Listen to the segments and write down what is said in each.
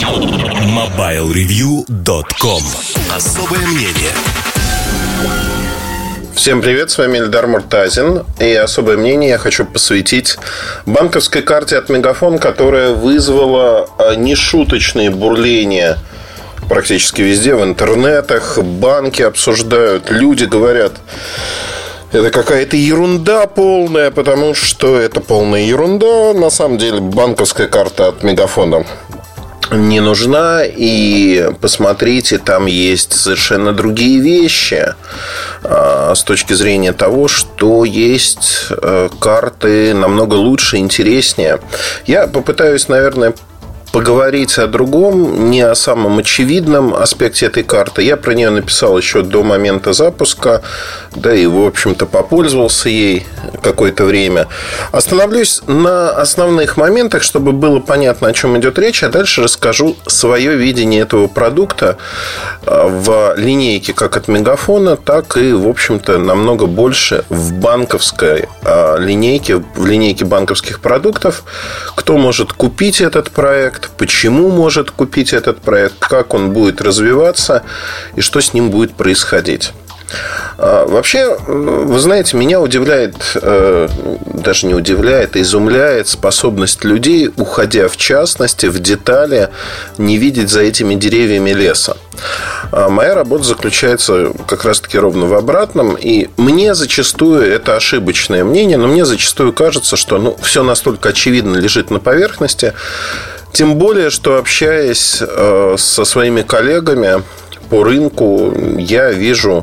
MobileReview.com. Особое мнение. Всем привет, с вами Эльдар Муртазин. И особое мнение я хочу посвятить банковской карте от Мегафон, которая вызвала нешуточные бурления практически везде, в интернетах. Банки обсуждают, люди говорят: это какая-то ерунда полная, потому что это полная ерунда. На самом деле банковская карта от Мегафона не нужна. И посмотрите, там есть совершенно другие вещи с точки зрения того, что есть карты намного лучше, интереснее. Я попытаюсь, наверное, поговорить о другом, не о самом очевидном аспекте этой карты. Я про нее написал еще до момента запуска, да и, в общем-то, попользовался ей какое-то время. Остановлюсь на основных моментах, чтобы было понятно, о чем идет речь, а дальше расскажу свое видение этого продукта в линейке как от Мегафона, так и, в общем-то, намного больше в банковской линейке, в линейке банковских продуктов. Кто может купить этот проект, почему может купить этот проект, как он будет развиваться и что с ним будет происходить. Вообще, вы знаете, меня удивляет, даже не удивляет, а изумляет способность людей, уходя в частности, в детали, не видеть за этими деревьями леса. Моя работа заключается как раз-таки ровно в обратном. И мне зачастую, это ошибочное мнение, но мне зачастую кажется, что все настолько очевидно лежит на поверхности. Тем более, что, общаясь со своими коллегами по рынку, я вижу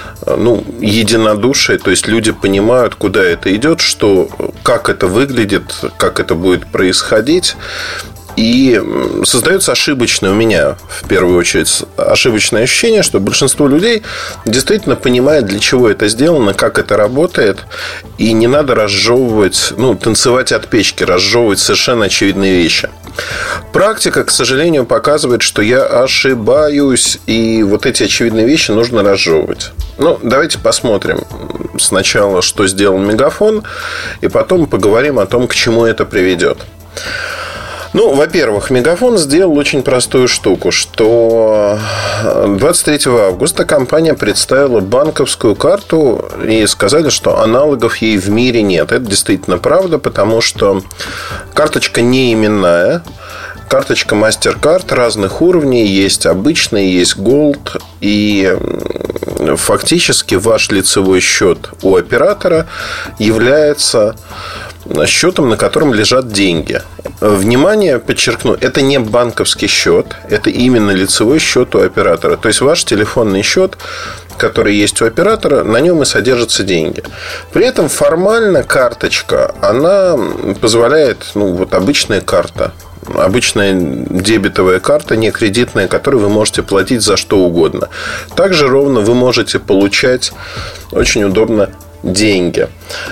единодушие. То есть люди понимают, куда это идет, как это выглядит, как это будет происходить. И создается ошибочное у меня, в первую очередь, ошибочное ощущение, что большинство людей действительно понимает, для чего это сделано, как это работает. И не надо разжевывать, танцевать от печки, разжевывать совершенно очевидные вещи. Практика, к сожалению, показывает, что я ошибаюсь. И вот эти очевидные вещи нужно разжевывать. Давайте посмотрим сначала, что сделал Мегафон, и потом поговорим о том, к чему это приведет. Во-первых, Мегафон сделал очень простую штуку, что 23 августа компания представила банковскую карту и сказали, что аналогов ей в мире нет. Это действительно правда, потому что карточка не именная. Карточка MasterCard разных уровней. Есть обычный, есть Gold. И фактически ваш лицевой счет у оператора является счетом, на котором лежат деньги. Внимание, подчеркну, это не банковский счет, это именно лицевой счет у оператора. То есть ваш телефонный счет, который есть у оператора, на нем и содержатся деньги. При этом формально карточка, она позволяет, обычная карта, обычная дебетовая карта, не кредитная, которой вы можете платить за что угодно. Также ровно вы можете получать очень удобно деньги.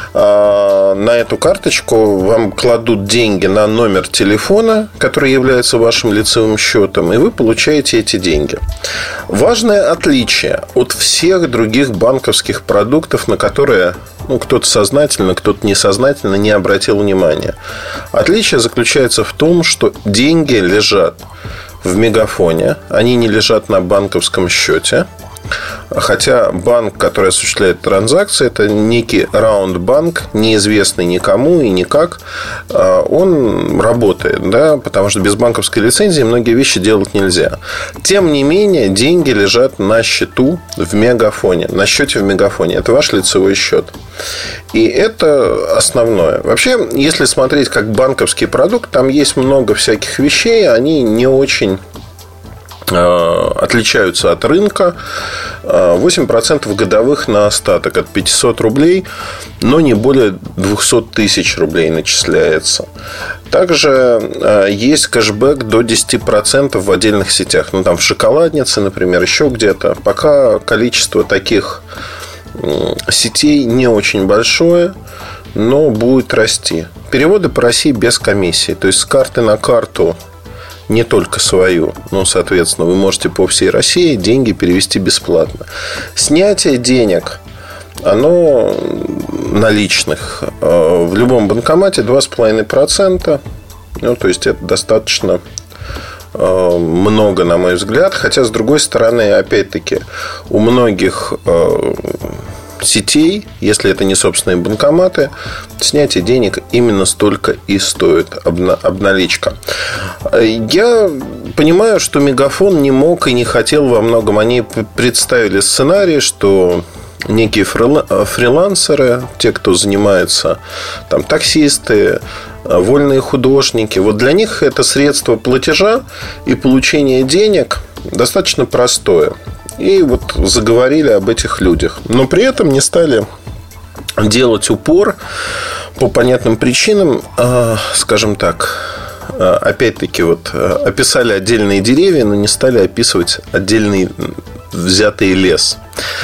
На эту карточку вам кладут деньги на номер телефона, который является вашим лицевым счетом, и вы получаете эти деньги. Важное отличие от всех других банковских продуктов, на которые кто-то сознательно, кто-то несознательно не обратил внимания. Отличие заключается в том, что деньги лежат в Мегафоне, они не лежат на банковском счете. Хотя банк, который осуществляет транзакции, это некий раунд-банк, неизвестный никому и никак. Он работает, да, потому что без банковской лицензии многие вещи делать нельзя. Тем не менее, деньги лежат на счету в Мегафоне, на счете в Мегафоне. Это ваш лицевой счет. И это основное. Вообще, если смотреть как банковский продукт, там есть много всяких вещей, они не очень отличаются от рынка. 8% годовых на остаток от 500 рублей, но не более 200 тысяч рублей начисляется. Также есть кэшбэк до 10% в отдельных сетях. Там в шоколаднице, например, еще где-то. Пока количество таких сетей не очень большое, но будет расти. Переводы по России без комиссии. То есть с карты на карту, не только свою, но, соответственно, вы можете по всей России деньги перевести бесплатно. Снятие денег, оно наличных, в любом банкомате 2,5%. То есть это достаточно много, на мой взгляд. Хотя, с другой стороны, опять-таки, у многих сетей, если это не собственные банкоматы, снятие денег именно столько и стоит обналичка. Я понимаю, что Мегафон не мог и не хотел во многом. Они представили сценарий, что некие фрилансеры, те, кто занимается, там, таксисты, вольные художники, вот для них это средство платежа и получения денег достаточно простое. И вот заговорили об этих людях. Но при этом не стали делать упор по понятным причинам. Скажем так, опять-таки, вот описали отдельные деревья, но не стали описывать отдельный взятый лес.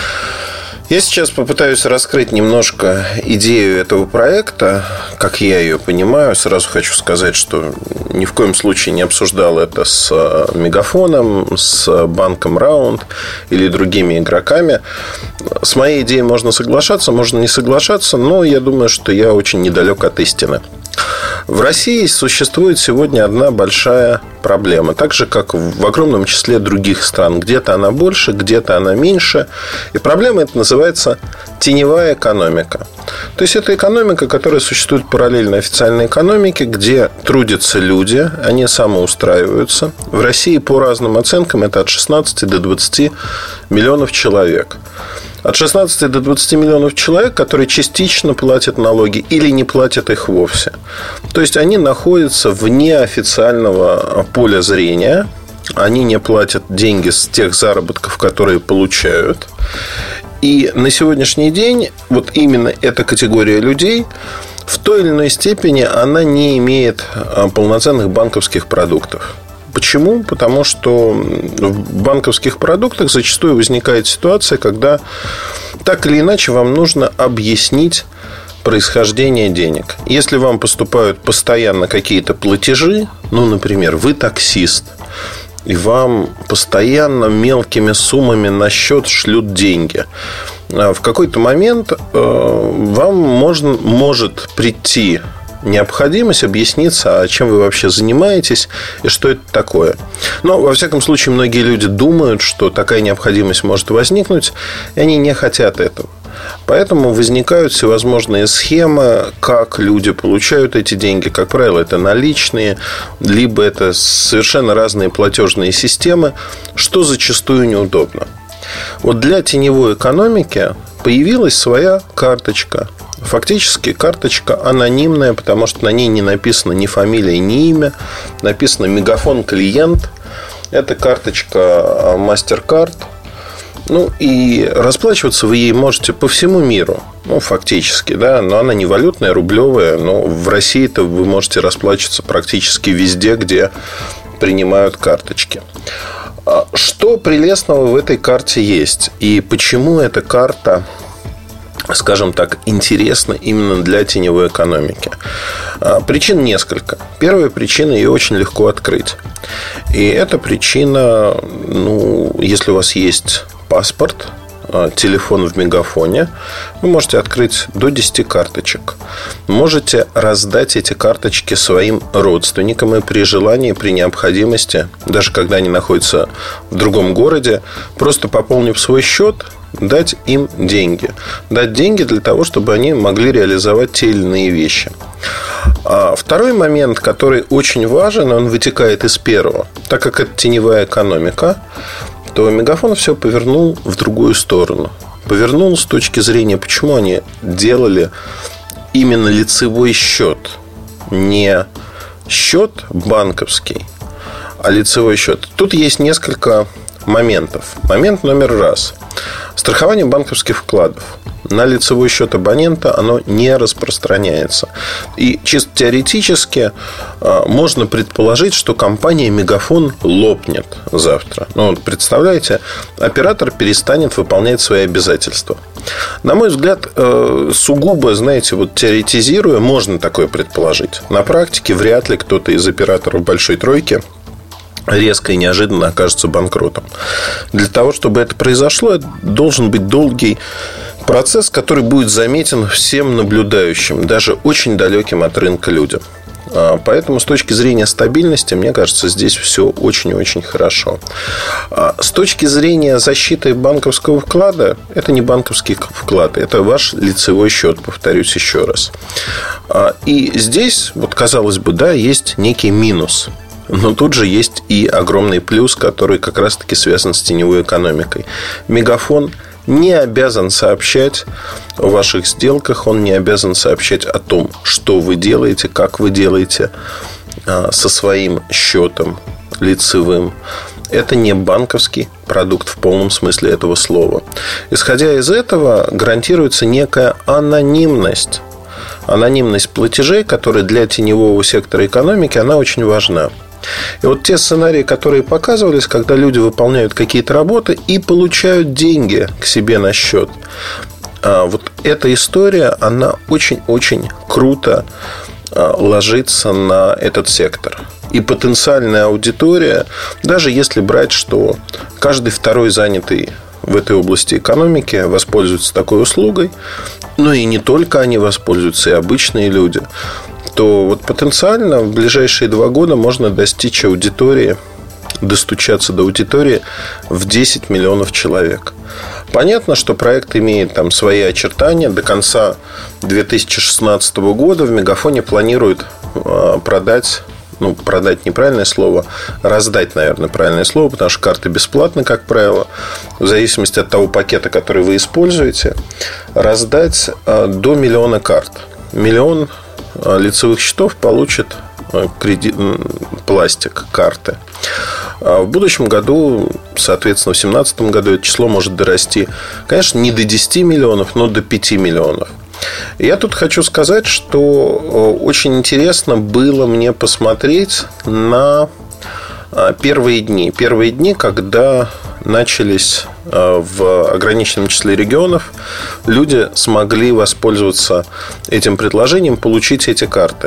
Я сейчас попытаюсь раскрыть немножко идею этого проекта, как я ее понимаю. Сразу хочу сказать, что ни в коем случае не обсуждал это с Мегафоном, с банком Раунд или другими игроками. С моей идеей можно соглашаться, можно не соглашаться, но я думаю, что я очень недалек от истины. В России существует сегодня одна большая проблема, так же, как в огромном числе других стран. Где-то она больше, где-то она меньше. И проблема эта называется теневая экономика. То есть, это экономика, которая существует параллельно официальной экономике, где трудятся люди, они самоустраиваются. В России, по разным оценкам, это от 16 до 20 миллионов человек. От 16 до 20 миллионов человек, которые частично платят налоги или не платят их вовсе. То есть, они находятся вне официального поля зрения. Они не платят деньги с тех заработков, которые получают. И на сегодняшний день вот именно эта категория людей в той или иной степени она не имеет полноценных банковских продуктов. Почему? Потому что в банковских продуктах зачастую возникает ситуация, когда так или иначе вам нужно объяснить происхождение денег. Если вам поступают постоянно какие-то платежи, ну, например, вы таксист, и вам постоянно мелкими суммами на счет шлют деньги, в какой-то момент вам может прийти необходимость объясниться, а чем вы вообще занимаетесь и что это такое. Но, во всяком случае, многие люди думают, что такая необходимость может возникнуть, и они не хотят этого. Поэтому возникают всевозможные схемы, как люди получают эти деньги. Как правило, это наличные, либо это совершенно разные платежные системы, что зачастую неудобно. Вот для теневой экономики появилась своя карточка. Фактически карточка анонимная, потому что на ней не написано ни фамилия, ни имя. Написано «Мегафон клиент». Это карточка MasterCard. Ну, и расплачиваться вы ей можете по всему миру. Ну, фактически, да. Но она не валютная, рублевая. Но в России-то вы можете расплачиваться практически везде, где принимают карточки. Что прелестного в этой карте есть? И почему эта карта, скажем так, интересна именно для теневой экономики? Причин несколько. Первая причина, ее очень легко открыть. И эта причина, ну, если у вас есть паспорт, телефон в Мегафоне, вы можете открыть до 10 карточек. Можете раздать эти карточки своим родственникам и при желании, при необходимости, даже когда они находятся в другом городе, просто пополнив свой счет, дать им деньги. Дать деньги для того, чтобы они могли реализовать те или иные вещи. А второй момент, который очень важен, он вытекает из первого. Так как это теневая экономика, то Мегафон все повернул в другую сторону. Повернул с точки зрения, почему они делали именно лицевой счет. Не счет банковский, а лицевой счет. Тут есть несколько моментов. Момент номер раз. Страхование банковских вкладов на лицевой счет абонента оно не распространяется. И чисто теоретически можно предположить, что компания Мегафон лопнет завтра. Ну, вот представляете, оператор перестанет выполнять свои обязательства. На мой взгляд, сугубо, знаете, вот теоретизируя, можно такое предположить. На практике вряд ли кто-то из операторов большой тройки резко и неожиданно окажется банкротом. Для того, чтобы это произошло, должен быть долгий процесс, который будет заметен всем наблюдающим, даже очень далеким от рынка людям. Поэтому с точки зрения стабильности, мне кажется, здесь все очень-очень хорошо. С точки зрения защиты банковского вклада, это не банковский вклад, это ваш лицевой счет, повторюсь еще раз. И здесь, вот казалось бы, да, есть некий минус. Но тут же есть и огромный плюс, который как раз-таки связан с теневой экономикой. Мегафон не обязан сообщать о ваших сделках, он не обязан сообщать о том, что вы делаете, как вы делаете со своим счетом лицевым. Это не банковский продукт в полном смысле этого слова. Исходя из этого, гарантируется некая анонимность. Анонимность платежей, которая для теневого сектора экономики, она очень важна. И вот те сценарии, которые показывались, когда люди выполняют какие-то работы и получают деньги к себе на счет, вот эта история, она очень-очень круто ложится на этот сектор. И потенциальная аудитория, даже если брать, что каждый второй занятый в этой области экономики воспользуется такой услугой, но и не только они воспользуются, и обычные люди, то вот потенциально в ближайшие 2 года можно достичь аудитории, достучаться до аудитории в 10 миллионов человек. Понятно, что проект имеет там свои очертания. До конца 2016 года в Мегафоне планируют продать неправильное слово, раздать, наверное, правильное слово, потому что карты бесплатны, как правило, в зависимости от того пакета, который вы используете, раздать до 1 миллиона карт. 1 миллион лицевых счетов получит пластик, карты. В будущем году, соответственно, в 2017 году это число может дорасти, конечно, не до 10 миллионов, но до 5 миллионов. Я тут хочу сказать, что очень интересно было мне посмотреть на первые дни. Первые дни, когда начались в ограниченном числе регионов, люди смогли воспользоваться этим предложением, получить эти карты.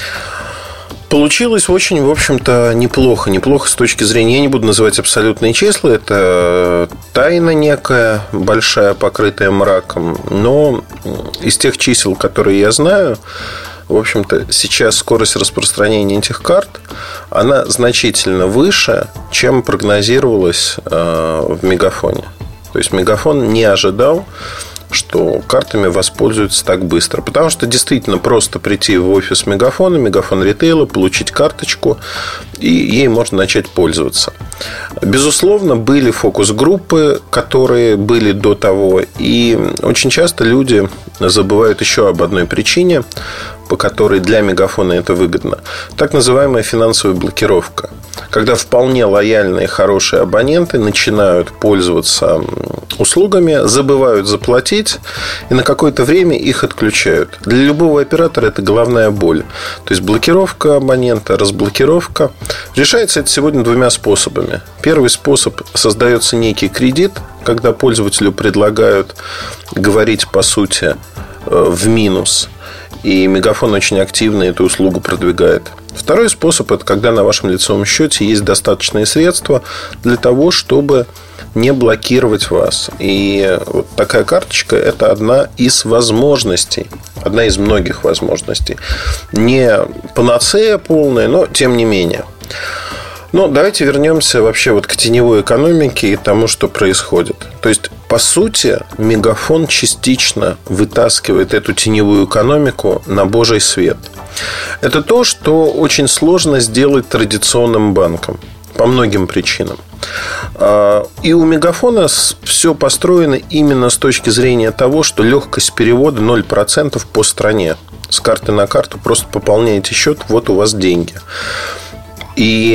Получилось очень, в общем-то, неплохо. Неплохо с точки зрения, я не буду называть абсолютные числа, это тайна некая, большая, покрытая мраком. Но из тех чисел, которые я знаю, в общем-то, сейчас скорость распространения этих карт, она значительно выше, чем прогнозировалось в Мегафоне. То есть Мегафон не ожидал, что картами воспользуются так быстро. Потому что действительно просто прийти в офис Мегафона, Мегафон ритейла, получить карточку, и ей можно начать пользоваться. Безусловно, были фокус-группы, которые были до того. И очень часто люди забывают еще об одной причине, по которой для Мегафона это выгодно. Так называемая финансовая блокировка. Когда вполне лояльные, хорошие абоненты начинают пользоваться услугами, забывают заплатить, и на какое-то время их отключают. Для любого оператора это головная боль. То есть блокировка абонента, разблокировка. Решается это сегодня 2 способами. Первый способ: создается некий кредит, когда пользователю предлагают говорить, по сути, в минус. И Мегафон очень активно эту услугу продвигает. Второй способ – это когда на вашем лицевом счете есть достаточные средства для того, чтобы не блокировать вас. И вот такая карточка – это одна из возможностей, одна из многих возможностей. Не панацея полная, но тем не менее. Но давайте вернемся вообще вот к теневой экономике и тому, что происходит. То есть, по сути, Мегафон частично вытаскивает эту теневую экономику на божий свет. Это то, что очень сложно сделать традиционным банком по многим причинам. И у Мегафона все построено именно с точки зрения того, что легкость перевода 0% по стране. С карты на карту просто пополняете счет, вот у вас деньги. И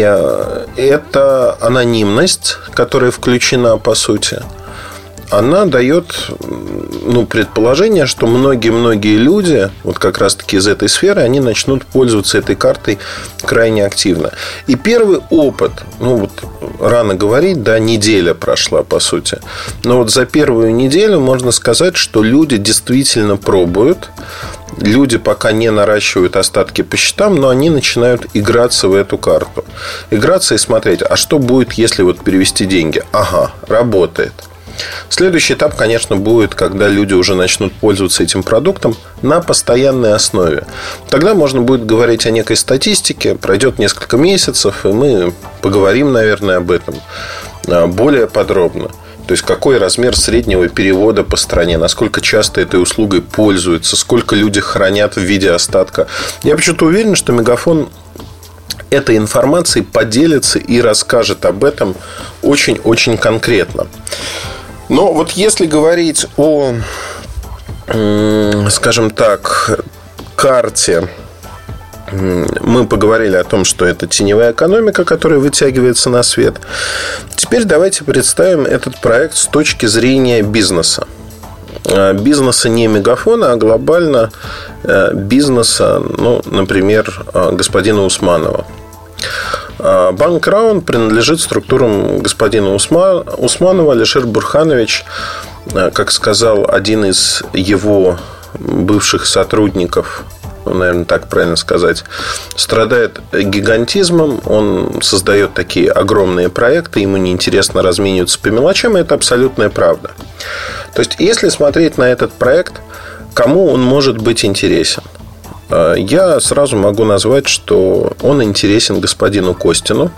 эта анонимность, которая включена, по сути, она дает предположение, что многие-многие люди, вот как раз-таки из этой сферы, они начнут пользоваться этой картой крайне активно. И первый опыт, рано говорить, да, неделя прошла, по сути. Но вот за первую неделю можно сказать, что люди действительно пробуют. Люди пока не наращивают остатки по счетам, но они начинают играться в эту карту. Играться и смотреть, а что будет, если вот перевести деньги? Ага, работает. Следующий этап, конечно, будет, когда люди уже начнут пользоваться этим продуктом на постоянной основе. Тогда можно будет говорить о некой статистике. Пройдет несколько месяцев, и мы поговорим, наверное, об этом более подробно. То есть, какой размер среднего перевода по стране, насколько часто этой услугой пользуются, сколько люди хранят в виде остатка. Я почему-то уверен, что Мегафон этой информацией поделится и расскажет об этом очень-очень конкретно. Но вот если говорить о, скажем так, карте, мы поговорили о том, что это теневая экономика, которая вытягивается на свет. Теперь давайте представим этот проект с точки зрения бизнеса. Бизнеса не Мегафона, а глобально бизнеса, например, господина Усманова. Банк Раун принадлежит структурам господина Усманова. Алишер Бурханович, как сказал один из его бывших сотрудников, наверное, так правильно сказать, страдает гигантизмом. Он создает такие огромные проекты, ему неинтересно размениваться по мелочам, и это абсолютная правда. То есть, если смотреть на этот проект, кому он может быть интересен? Я сразу могу назвать, что он интересен господину Костину,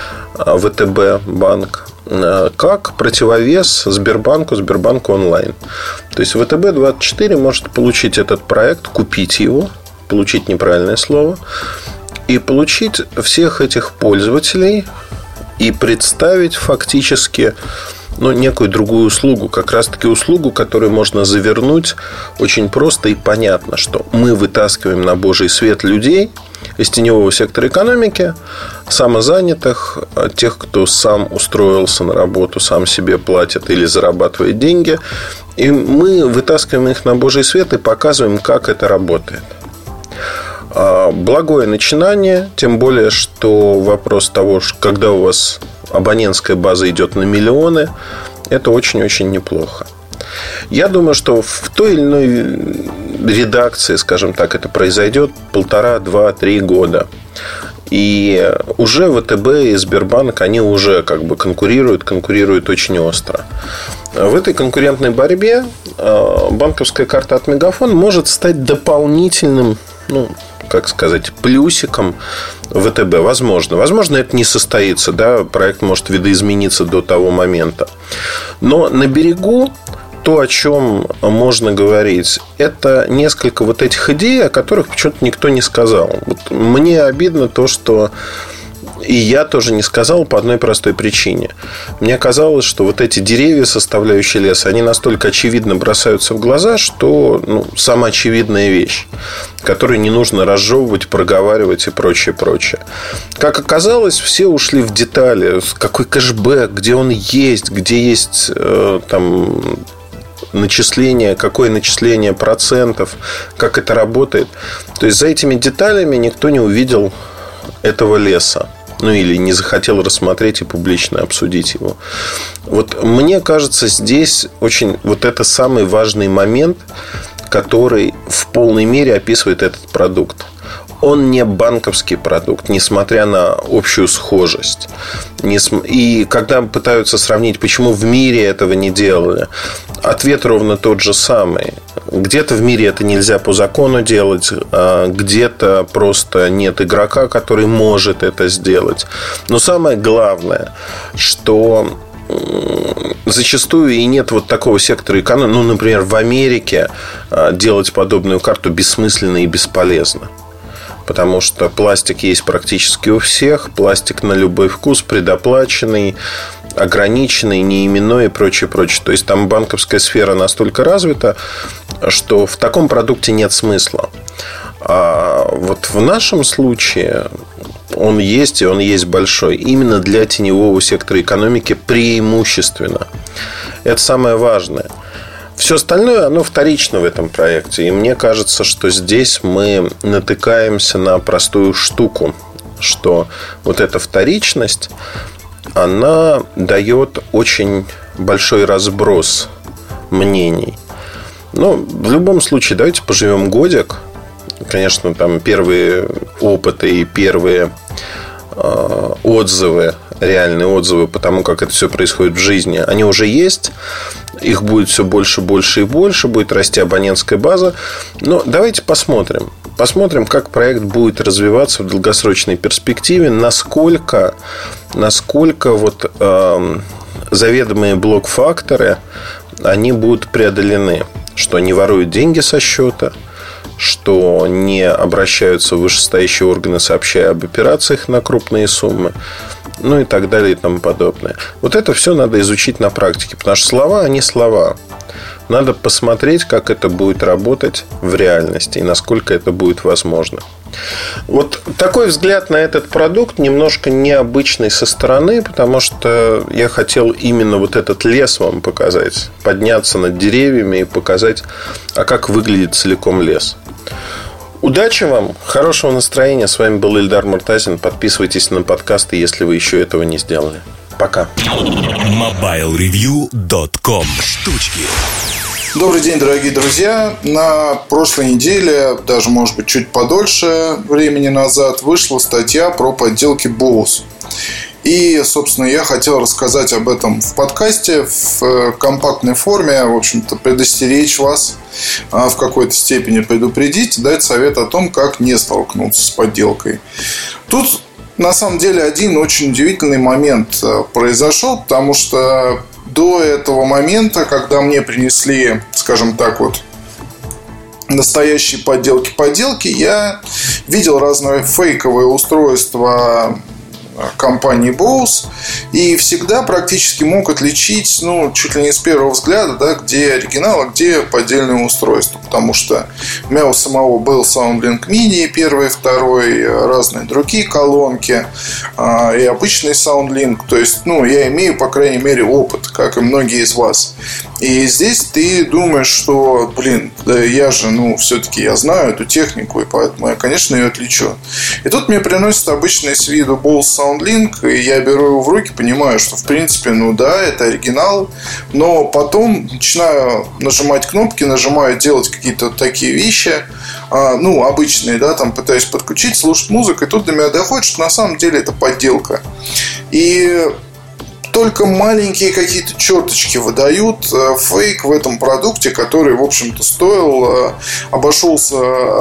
ВТБ банк, как противовес Сбербанку онлайн. То есть ВТБ-24 может получить этот проект, купить его, получить неправильное слово, и получить всех этих пользователей и представить фактически некую другую услугу, как раз-таки услугу, которую можно завернуть очень просто и понятно, что мы вытаскиваем на божий свет людей из теневого сектора экономики, самозанятых, тех, кто сам устроился на работу, сам себе платит или зарабатывает деньги, и мы вытаскиваем их на божий свет и показываем, как это работает. Благое начинание, тем более, что вопрос того, когда у вас абонентская база идет на миллионы, это очень-очень неплохо. Я думаю, что в той или иной редакции, скажем так, это произойдет 1,5, 2, 3 года. И уже ВТБ и Сбербанк, они уже конкурируют очень остро. В этой конкурентной борьбе банковская карта от Мегафон может стать дополнительным, плюсиком ВТБ. Возможно, это не состоится, да, проект может видоизмениться до того момента. Но на берегу то, о чем можно говорить, это несколько вот этих идей, о которых почему-то никто не сказал. Вот мне обидно то, что и я тоже не сказал по одной простой причине. Мне казалось, что вот эти деревья, составляющие лес, они настолько очевидно бросаются в глаза, что самая очевидная вещь, которую не нужно разжевывать, проговаривать и прочее. Как оказалось, все ушли в детали. Какой кэшбэк, где он есть, где есть начисление, какое начисление процентов, как это работает. То есть за этими деталями никто не увидел этого леса. Или не захотел рассмотреть и публично обсудить его. Вот мне кажется, здесь это самый важный момент, который в полной мере описывает этот продукт. Он не банковский продукт, несмотря на общую схожесть. И когда пытаются сравнить, почему в мире этого не делали, ответ ровно тот же самый. Где-то в мире это нельзя по закону делать, а где-то просто нет игрока, который может это сделать. Но самое главное, что зачастую и нет вот такого сектора экономики. Например, в Америке делать подобную карту бессмысленно и бесполезно. Потому что пластик есть практически у всех. Пластик на любой вкус, предоплаченный, ограниченный, неименной и прочее. То есть там банковская сфера настолько развита, что в таком продукте нет смысла. А вот в нашем случае он есть, и он есть большой. Именно для теневого сектора экономики преимущественно. Это самое важное. Все остальное, оно вторично в этом проекте. И мне кажется, что здесь мы натыкаемся на простую штуку, что вот эта вторичность, она дает очень большой разброс мнений. Но в любом случае, давайте поживем годик. Конечно, там первые опыты и первые отзывы, реальные отзывы по тому, как это все происходит в жизни, они уже есть. Их будет все больше, больше и больше. Будет расти абонентская база. Но давайте посмотрим. Посмотрим, как проект будет развиваться в долгосрочной перспективе. Насколько вот, заведомые блок-факторы они будут преодолены. Что не воруют деньги со счета, что не обращаются в вышестоящие органы, сообщая об операциях на крупные суммы, ну и так далее и тому подобное. Вот это все надо изучить на практике, потому что слова, они слова. Надо посмотреть, как это будет работать в реальности и насколько это будет возможно. Вот такой взгляд на этот продукт немножко необычный со стороны, потому что я хотел именно вот этот лес вам показать, подняться над деревьями и показать, а как выглядит целиком лес. Удачи вам, хорошего настроения. С вами был Ильдар Муртазин. Подписывайтесь на подкасты, если вы еще этого не сделали. Пока. MobileReview.com. Штучки. Добрый день, дорогие друзья. На прошлой неделе, даже, может быть, чуть подольше времени назад, вышла статья про подделки Bose. И, собственно, я хотел рассказать об этом в подкасте в компактной форме, в общем-то, предостеречь вас, в какой-то степени предупредить, дать совет о том, как не столкнуться с подделкой. Тут, на самом деле, один очень удивительный момент произошел, потому что до этого момента, когда мне принесли, скажем так, вот настоящие подделки, я видел разные фейковые устройства компании Bose и всегда практически мог отличить, чуть ли не с первого взгляда, да, где оригинал, а где поддельное устройство. Потому что у меня у самого был SoundLink Mini, первый, второй, разные другие колонки и обычный SoundLink. То есть, я имею, по крайней мере, опыт, как и многие из вас. И здесь ты думаешь, что, я же, все-таки я знаю эту технику, и поэтому я, конечно, ее отличу. И тут мне приносят обычный с виду Bose SoundLink, и я беру его в руки, понимаю, что, в принципе, да, это оригинал, но потом начинаю нажимать кнопки, делать какие-то такие вещи, обычные, да, там пытаюсь подключить, слушать музыку, и тут до меня доходит, что на самом деле это подделка. И только маленькие какие-то черточки выдают фейк в этом продукте, который, в общем-то, обошелся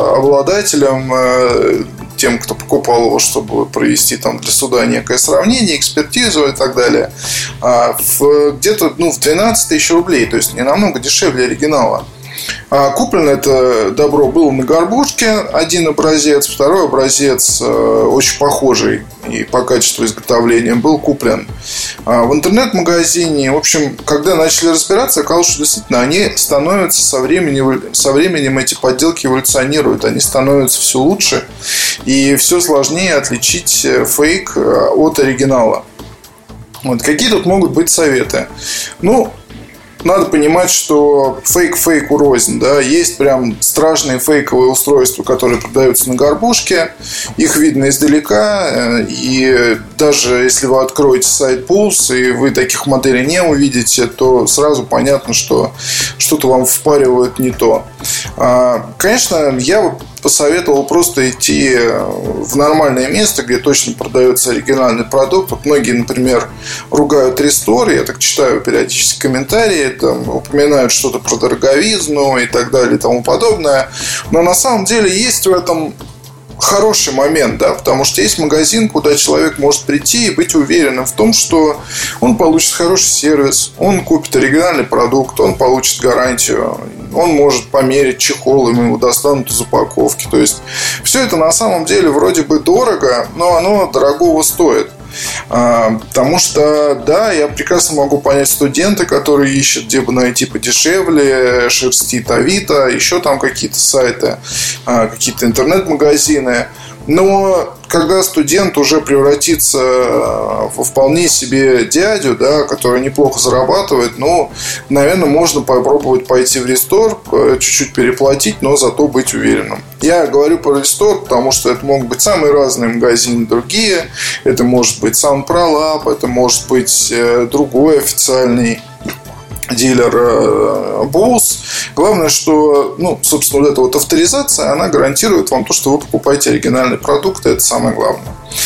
обладателям, тем, кто покупал его, чтобы провести там для суда некое сравнение, экспертизу и так далее, где-то в 12 тысяч рублей, то есть не намного дешевле оригинала. Куплено это добро было на горбушке. Один образец, второй образец, очень похожий и по качеству изготовления, был куплен в интернет-магазине. В общем, когда начали разбираться, оказалось, что действительно они становятся со временем эти подделки эволюционируют. Они становятся все лучше и все сложнее отличить фейк от оригинала. Вот какие тут могут быть советы? Надо понимать, что фейк фейку рознь, да. Есть прям страшные фейковые устройства, которые продаются на горбушке. Их видно издалека. И даже если вы откроете сайт Pulse и вы таких моделей не увидите, то сразу понятно, что что-то вам впаривают не то. Конечно, я посоветовал просто идти в нормальное место, где точно продается оригинальный продукт. Вот многие, например, ругают Restore, я так читаю периодически комментарии, там упоминают что-то про дороговизну и так далее и тому подобное. Но на самом деле есть в этом хороший момент, да, потому что есть магазин, куда человек может прийти и быть уверенным в том, что он получит хороший сервис, он купит оригинальный продукт, он получит гарантию, он может померить чехол, ему его достанут из упаковки. То есть все это на самом деле вроде бы дорого, но оно дорогого стоит. Потому что, да, я прекрасно могу понять студента, который ищет, где бы найти подешевле, шерстит Авито, еще там какие-то сайты, какие-то интернет-магазины. Но когда студент уже превратится во вполне себе дядю, да, который неплохо зарабатывает, наверное, можно попробовать пойти в Restore, чуть-чуть переплатить, но зато быть уверенным. Я говорю про Restore, потому что это могут быть самые разные магазины другие. Это может быть SoundPro Lab, это может быть другой официальный дилер Bose. Главное, что, собственно, вот эта вот авторизация, она гарантирует вам то, что вы покупаете оригинальный продукт, и это самое главное.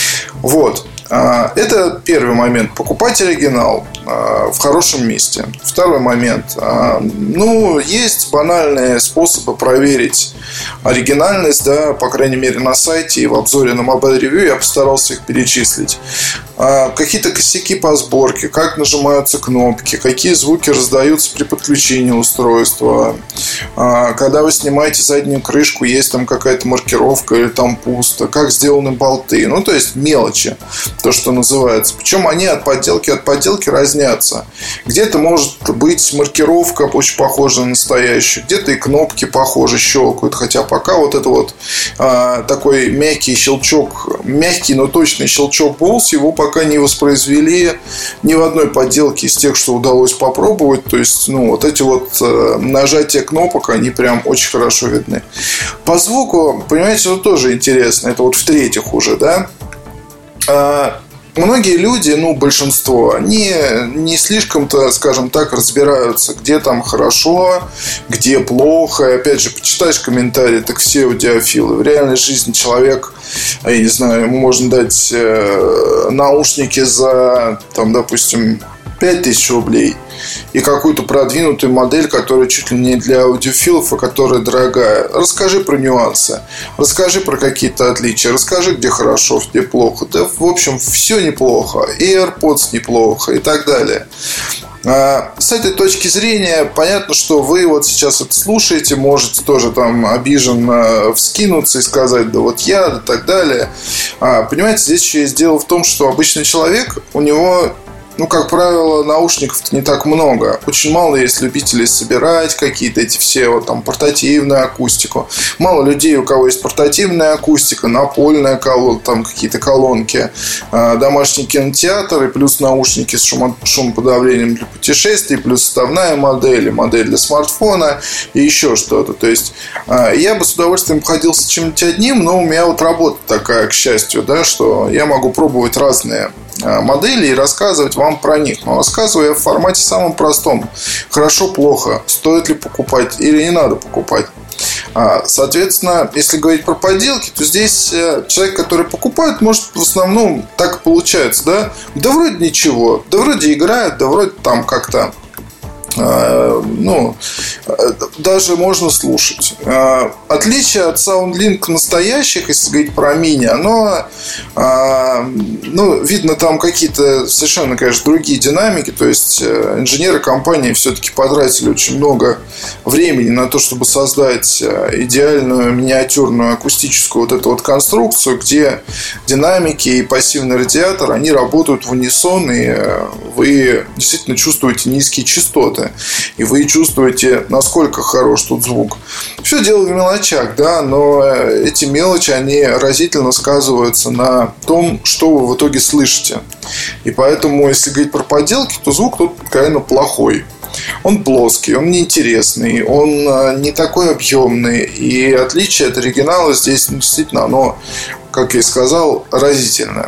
Вот. Это первый момент. Покупать оригинал в хорошем месте. Второй момент. Есть банальные способы проверить оригинальность, да, по крайней мере на сайте и в обзоре на Mobile Review я постарался их перечислить. Какие-то косяки по сборке, как нажимаются кнопки, какие звуки раздаются при подключении устройства, когда вы снимаете заднюю крышку, есть там какая-то маркировка или там пусто, как сделаны болты, то есть мелочи, то, что называется. Причем они от подделки разнятся. Где-то может быть маркировка очень похожа на настоящую, где-то и кнопки похожи, щелкают, хотя пока вот это вот такой мягкий щелчок, мягкий, но точный щелчок Bose, его пока не воспроизвели ни в одной подделке из тех, что удалось попробовать. То есть, вот эти вот нажатия кнопок, они прям очень хорошо видны. По звуку, понимаете, это тоже интересно. Это вот в-третьих уже, да. Многие люди, большинство, они не слишком-то, скажем так, разбираются, где там хорошо, где плохо. И опять же, почитаешь комментарии, так все аудиофилы. В реальной жизни человек, я не знаю, ему можно дать наушники за, там, допустим, 5000 рублей и какую-то продвинутую модель, которая чуть ли не для аудиофилов, а которая дорогая. Расскажи про нюансы, расскажи про какие-то отличия, расскажи, где хорошо, где плохо. Да, в общем, все неплохо. И AirPods неплохо, и так далее. С этой точки зрения понятно, что вы вот сейчас это слушаете, можете тоже там обиженно вскинуться и сказать, да вот я, да так далее. Понимаете, здесь еще есть дело в том, что обычный человек, у него, как правило, наушников-то не так много. Очень мало есть любителей собирать какие-то эти все вот там портативную акустику. Мало людей, у кого есть портативная акустика, напольная там какие-то колонки, домашний кинотеатр и плюс наушники с шумоподавлением для путешествий, плюс составная модель, модель для смартфона и еще что-то. То есть я бы с удовольствием обходился чем-нибудь одним, но у меня вот работа такая, к счастью, да, что я могу пробовать разные модели и рассказывать вам про них. Но рассказываю я в формате самом простом. Хорошо, плохо, стоит ли покупать или не надо покупать. Соответственно, если говорить про подделки, то здесь человек, который покупает, может в основном так и получается, да? Да вроде ничего, да вроде играет, да вроде там как-то даже можно слушать. Отличие от SoundLink настоящих, если говорить про мини, оно, видно там какие-то совершенно, конечно, другие динамики. То есть инженеры компании все-таки потратили очень много времени на то, чтобы создать идеальную миниатюрную акустическую вот эту вот конструкцию, где динамики и пассивный радиатор, они работают в унисон, и вы действительно чувствуете низкие частоты. И вы чувствуете, насколько хорош тут звук. Все дело в мелочах, да, но эти мелочи, они разительно сказываются на том, что вы в итоге слышите. И поэтому, если говорить про подделки, то звук тут, конечно, плохой. Он плоский, он неинтересный, он не такой объемный. И отличие от оригинала здесь действительно, оно, как я и сказал, разительное.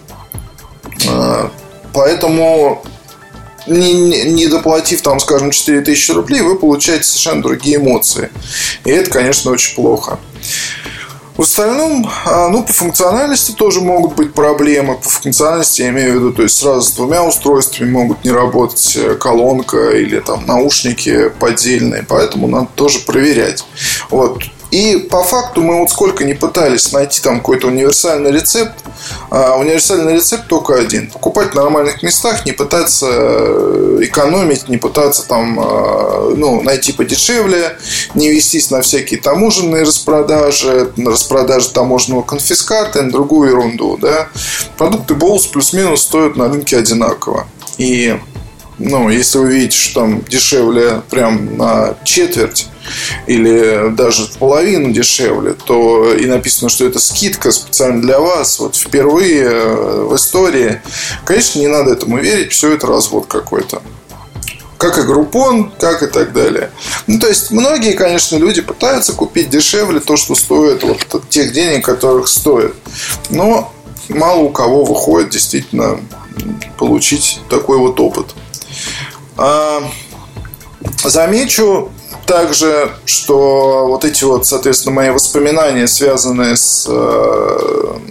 Поэтому, не доплатив там, скажем, 4000 рублей, вы получаете совершенно другие эмоции. И это, конечно, очень плохо. В остальном, по функциональности тоже могут быть проблемы. По функциональности я имею в виду, то есть сразу с двумя устройствами могут не работать колонка или там наушники поддельные, поэтому надо тоже проверять. Вот. И по факту мы вот сколько не пытались найти там какой-то универсальный рецепт, универсальный рецепт только один: покупать в нормальных местах, не пытаться экономить, не пытаться там найти подешевле, не вестись на всякие таможенные распродажи, на распродажи таможенного конфиската и на другую ерунду, да. Продукты Bose плюс-минус стоят на рынке одинаково. И если вы видите, что там дешевле прям на четверть или даже в половину дешевле, то и написано, что это скидка специально для вас, вот впервые в истории, конечно, не надо этому верить, все это развод какой-то. Как и Groupon, как и так далее. То есть многие, конечно, люди пытаются купить дешевле то, что стоит вот от тех денег, которых стоит. Но мало у кого выходит действительно получить такой вот опыт. Замечу также, что вот эти вот, соответственно, мои воспоминания, связанные с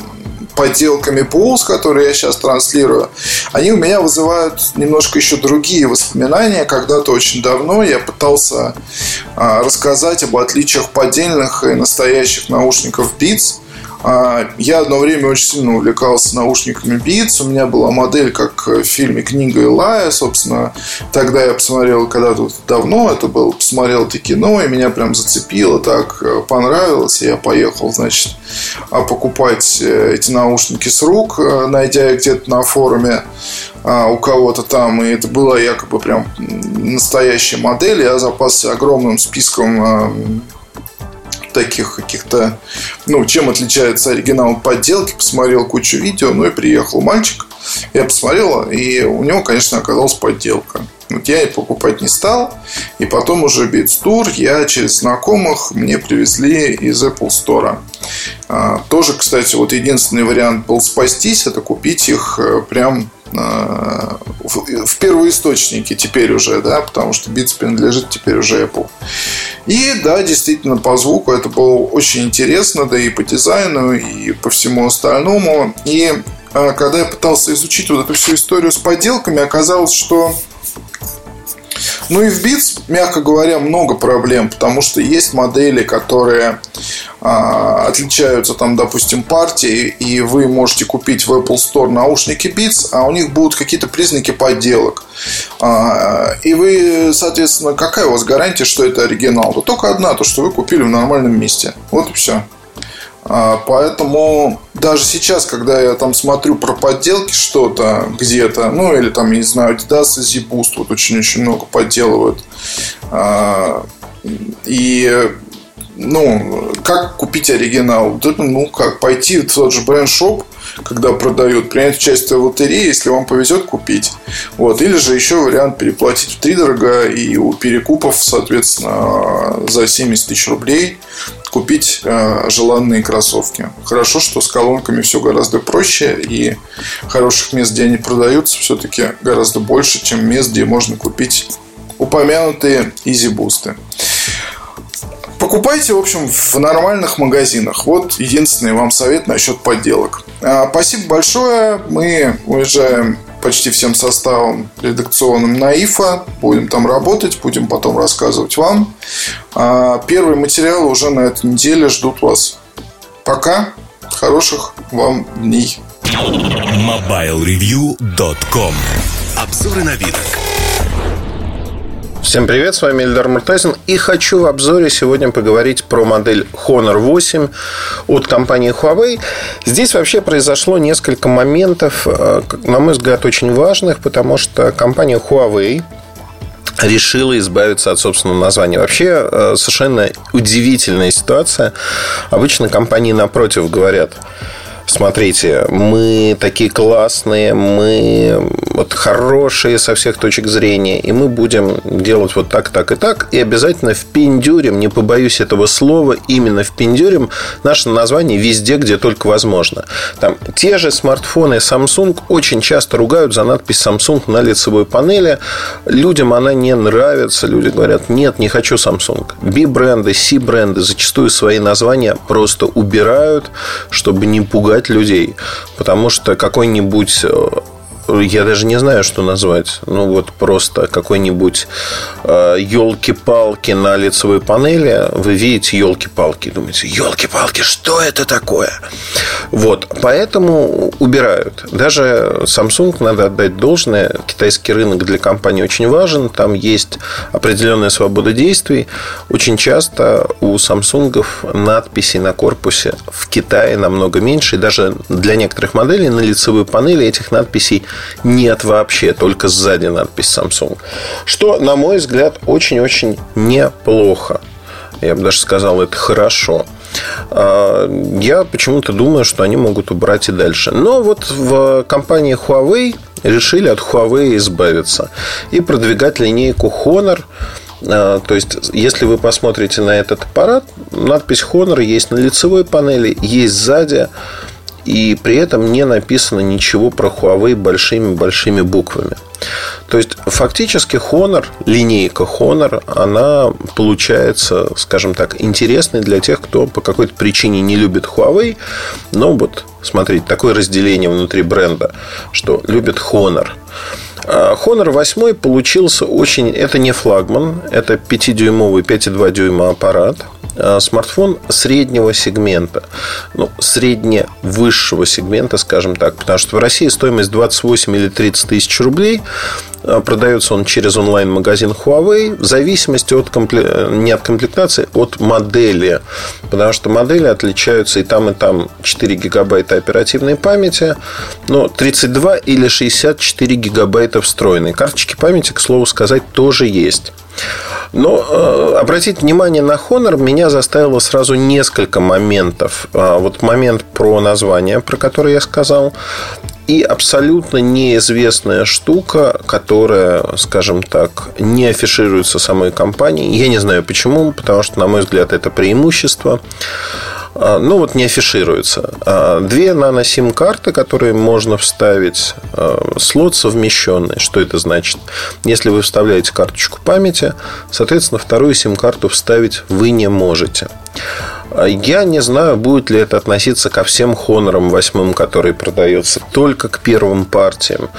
подделками Pulse, которые я сейчас транслирую, они у меня вызывают немножко еще другие воспоминания. Когда-то очень давно я пытался рассказать об отличиях поддельных и настоящих наушников Beats. Я одно время очень сильно увлекался наушниками Beats. У меня была модель, как в фильме «Книга Илая». Собственно, тогда я посмотрел, когда-то давно это было, посмотрел это кино, и меня прям зацепило, так понравилось. И я поехал, значит, покупать эти наушники с рук, найдя их где-то на форуме у кого-то там. И это была якобы прям настоящая модель. Я запасся огромным списком таких каких-то, чем отличается оригинал от подделки. Посмотрел кучу видео, и приехал мальчик. Я посмотрел, и у него, конечно, оказалась подделка. Я и покупать не стал. И потом уже Beats Tour я через знакомых мне привезли из Apple Store. Тоже, кстати, единственный вариант был спастись, это купить их прям в первоисточнике теперь уже, да, потому что Beats принадлежит теперь уже Apple. И да, действительно, по звуку это было очень интересно, да и по дизайну, и по всему остальному. И когда я пытался изучить эту всю историю с подделками, оказалось, что и в Beats, мягко говоря, много проблем, потому что есть модели, которые отличаются, допустим, партией, и вы можете купить в Apple Store наушники Beats, а у них будут какие-то признаки подделок. И вы, соответственно, какая у вас гарантия, что это оригинал? Да только одна, то, что вы купили в нормальном месте. Вот и все. Поэтому даже сейчас, когда я смотрю про подделки что-то где-то, или я не знаю, Adidas и Z-Boost очень-очень много подделывают. И как купить оригинал? Как пойти в тот же бренд-шоп, когда продают, принять участие в лотерее, если вам повезет, купить. Или же еще вариант переплатить втридорога и у перекупов, соответственно, за 70 тысяч рублей купить желанные кроссовки. Хорошо, что с колонками все гораздо проще, и хороших мест, где они продаются, все-таки гораздо больше, чем мест, где можно купить упомянутые EasyBoost. Покупайте, в общем, в нормальных магазинах. Вот единственный вам совет насчет подделок. Спасибо большое. Мы уезжаем почти всем составом редакционным на ИФА. Будем там работать, будем потом рассказывать вам. Первые материалы уже на этой неделе ждут вас. Пока. Хороших вам дней. MobileReview.com. Обзоры новинок. Всем привет, с вами Эльдар Муртазин. И хочу в обзоре сегодня поговорить про модель Honor 8 от компании Huawei. Здесь вообще произошло несколько моментов, на мой взгляд, очень важных, потому что компания Huawei решила избавиться от собственного названия. Вообще, совершенно удивительная ситуация. Обычно компании напротив говорят: смотрите, мы такие классные, мы хорошие со всех точек зрения, и мы будем делать вот так, так и так, и обязательно впендюрим, не побоюсь этого слова, именно впендюрим наше название везде, где только возможно. Те же смартфоны Samsung очень часто ругают за надпись Samsung на лицевой панели. Людям она не нравится, люди говорят: нет, не хочу Samsung. B-бренды, C-бренды зачастую свои названия просто убирают, чтобы не пугать людей, потому что какой-нибудь, я даже не знаю, что назвать, просто какой-нибудь елки-палки на лицевой панели, вы видите елки-палки, думаете: елки-палки, что это такое? Поэтому убирают. Даже Samsung, надо отдать должное, китайский рынок для компании очень важен, там есть определенная свобода действий. Очень часто у Samsung надписей на корпусе в Китае намного меньше, и даже для некоторых моделей на лицевой панели этих надписей нет вообще, только сзади надпись Samsung. Что, на мой взгляд, очень-очень неплохо. Я бы даже сказал, это хорошо. Я почему-то думаю, что они могут убрать и дальше. Но в компании Huawei решили от Huawei избавиться и продвигать линейку Honor. То есть, если вы посмотрите на этот аппарат, надпись Honor есть на лицевой панели, есть сзади. И при этом не написано ничего про Huawei большими-большими буквами. То есть, фактически Honor, линейка Honor, она получается, скажем так, интересной для тех, кто по какой-то причине не любит Huawei. Но вот, смотрите, такое разделение внутри бренда, что любит Honor. Honor 8 получился очень... Это не флагман, это 5-дюймовый, 5,2 дюйма аппарат. Смартфон среднего сегмента. Средне-высшего сегмента, скажем так. Потому что в России стоимость 28 или 30 тысяч рублей. Продается он через онлайн-магазин Huawei. В зависимости от не от комплектации, от модели. Потому что модели отличаются и там 4 гигабайта оперативной памяти. Но 32 или 64 гигабайта встроенной. Карточки памяти, к слову сказать, тоже есть. Но обратить внимание на Honor меня заставило сразу несколько моментов. Вот момент про название, про который я сказал, и абсолютно неизвестная штука, которая, скажем так, не афишируется самой компанией. Я не знаю почему, потому что, на мой взгляд, это преимущество. Не афишируется. 2 нано-сим-карты, которые можно вставить. Слот совмещенный. Что это значит? Если вы вставляете карточку памяти, соответственно, вторую сим-карту вставить вы не можете. Я не знаю, будет ли это относиться ко всем Honor 8, которые продаются, только к первым партиям.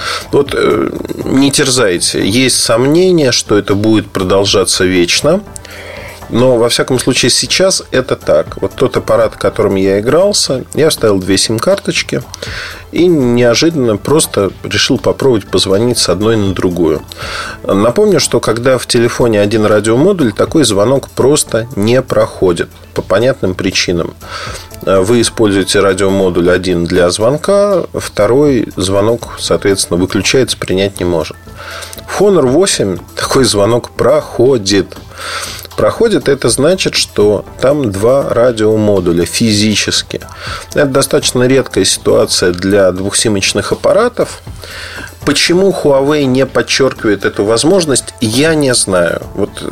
Не терзайте. Есть сомнения, что это будет продолжаться вечно. Но, во всяком случае, сейчас это так. Вот тот аппарат, которым я игрался, я вставил 2 сим-карточки и неожиданно просто решил попробовать позвонить с одной на другую. Напомню, что когда в телефоне один радиомодуль, такой звонок просто не проходит. По понятным причинам. Вы используете радиомодуль один для звонка, второй звонок, соответственно, выключается, принять не может. В Honor 8 такой звонок проходит. Проходит, это значит, что там 2 радиомодуля физически. Это достаточно редкая ситуация для 2-симочных аппаратов. Почему Huawei не подчеркивает эту возможность, я не знаю.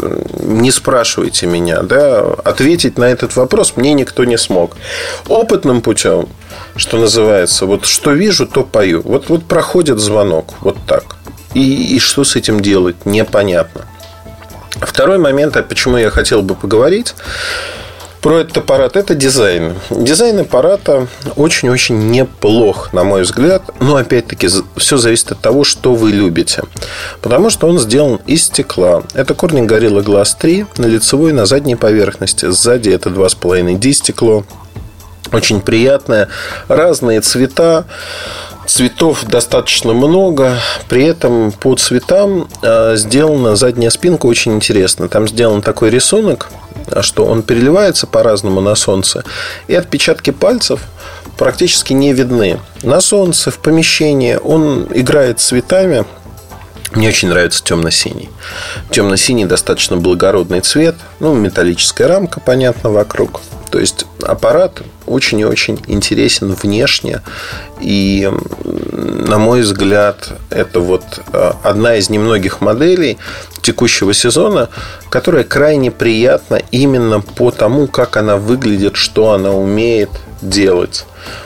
Не спрашивайте меня, да? Ответить на этот вопрос мне никто не смог. Опытным путем, что называется, что вижу, то пою. Проходит звонок, вот так. И что с этим делать, непонятно. Второй момент, почему я хотел бы поговорить про этот аппарат, это дизайн. Дизайн аппарата очень-очень неплох, на мой взгляд. Но, опять-таки, все зависит от того, что вы любите. Потому что он сделан из стекла. Это Corning Gorilla Glass 3 на лицевой и на задней поверхности. Сзади это 2,5D стекло. Очень приятное. Разные цвета. Цветов достаточно много. При этом по цветам сделана задняя спинка очень интересно. Там сделан такой рисунок, что он переливается по-разному на солнце. И отпечатки пальцев практически не видны. На солнце, в помещении он играет цветами. Мне очень нравится темно-синий. Темно-синий достаточно благородный цвет. Металлическая рамка, понятно, вокруг. То есть аппарат очень и очень интересен внешне. И, на мой взгляд, это одна из немногих моделей текущего сезона, которая крайне приятна именно по тому, как она выглядит, что она умеет делать.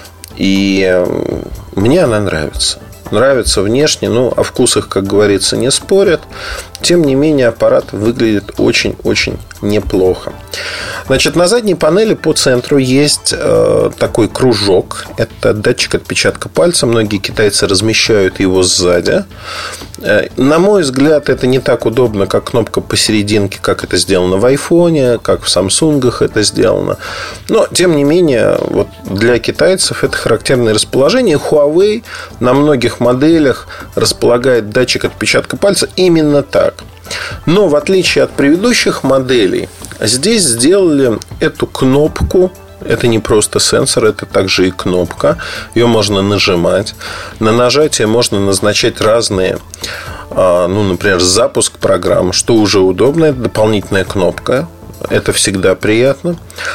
И мне она нравится. Нравится внешне, о вкусах, как говорится, не спорят. Тем не менее, аппарат выглядит очень-очень неплохо. Значит, на задней панели по центру есть такой кружок. Это датчик отпечатка пальца. Многие китайцы размещают его сзади. На мой взгляд, это не так удобно, как кнопка посерединке, как это сделано в айфоне, как в Самсунгах это сделано. Но, тем не менее, для китайцев это характерное расположение. Huawei на многих моделях располагает датчик отпечатка пальца именно так. Но в отличие от предыдущих моделей, здесь сделали эту кнопку. Это не просто сенсор, это также и кнопка. Ее можно нажимать. На нажатие можно назначать разные, например, запуск программ, что уже удобно. Это дополнительная кнопка. Это всегда приятно.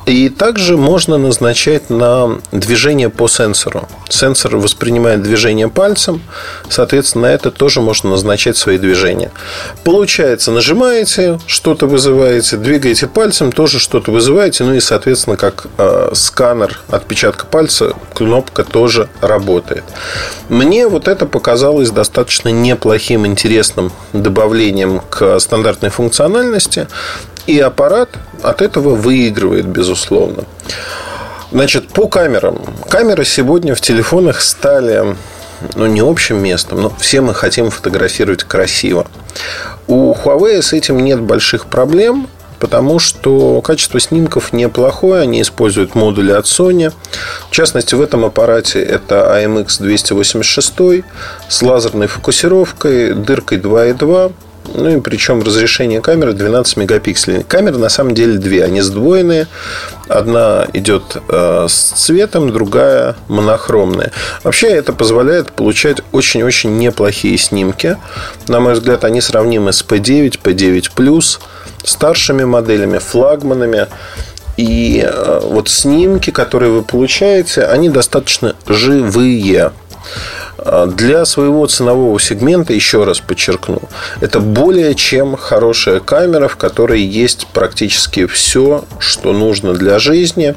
И также можно назначать на движение по сенсору. Сенсор воспринимает движение пальцем, соответственно, на это тоже можно назначать свои движения. Получается, нажимаете, что-то вызываете, двигаете пальцем, тоже что-то вызываете. Ну и, соответственно, как сканер отпечатка пальца, кнопка тоже работает. Мне вот это показалось достаточно неплохим, интересным добавлением к стандартной функциональности. И аппарат от этого выигрывает, безусловно. Значит, по камерам. Камеры сегодня в телефонах стали, не общим местом, но все мы хотим фотографировать красиво. У Huawei с этим нет больших проблем, потому что качество снимков неплохое. Они используют модули от Sony. В частности, в этом аппарате это IMX286 с лазерной фокусировкой, дыркой 2.2. Ну и причем разрешение камеры 12 мегапикселей. Камеры на самом деле две, они сдвоенные. Одна идет с цветом, другая монохромная. Вообще это позволяет получать очень-очень неплохие снимки. На мой взгляд, они сравнимы с P9, P9+, старшими моделями, флагманами. И вот снимки, которые вы получаете, они достаточно живые. Для своего ценового сегмента, еще раз подчеркну, это более чем хорошая камера, в которой есть практически все, что нужно для жизни.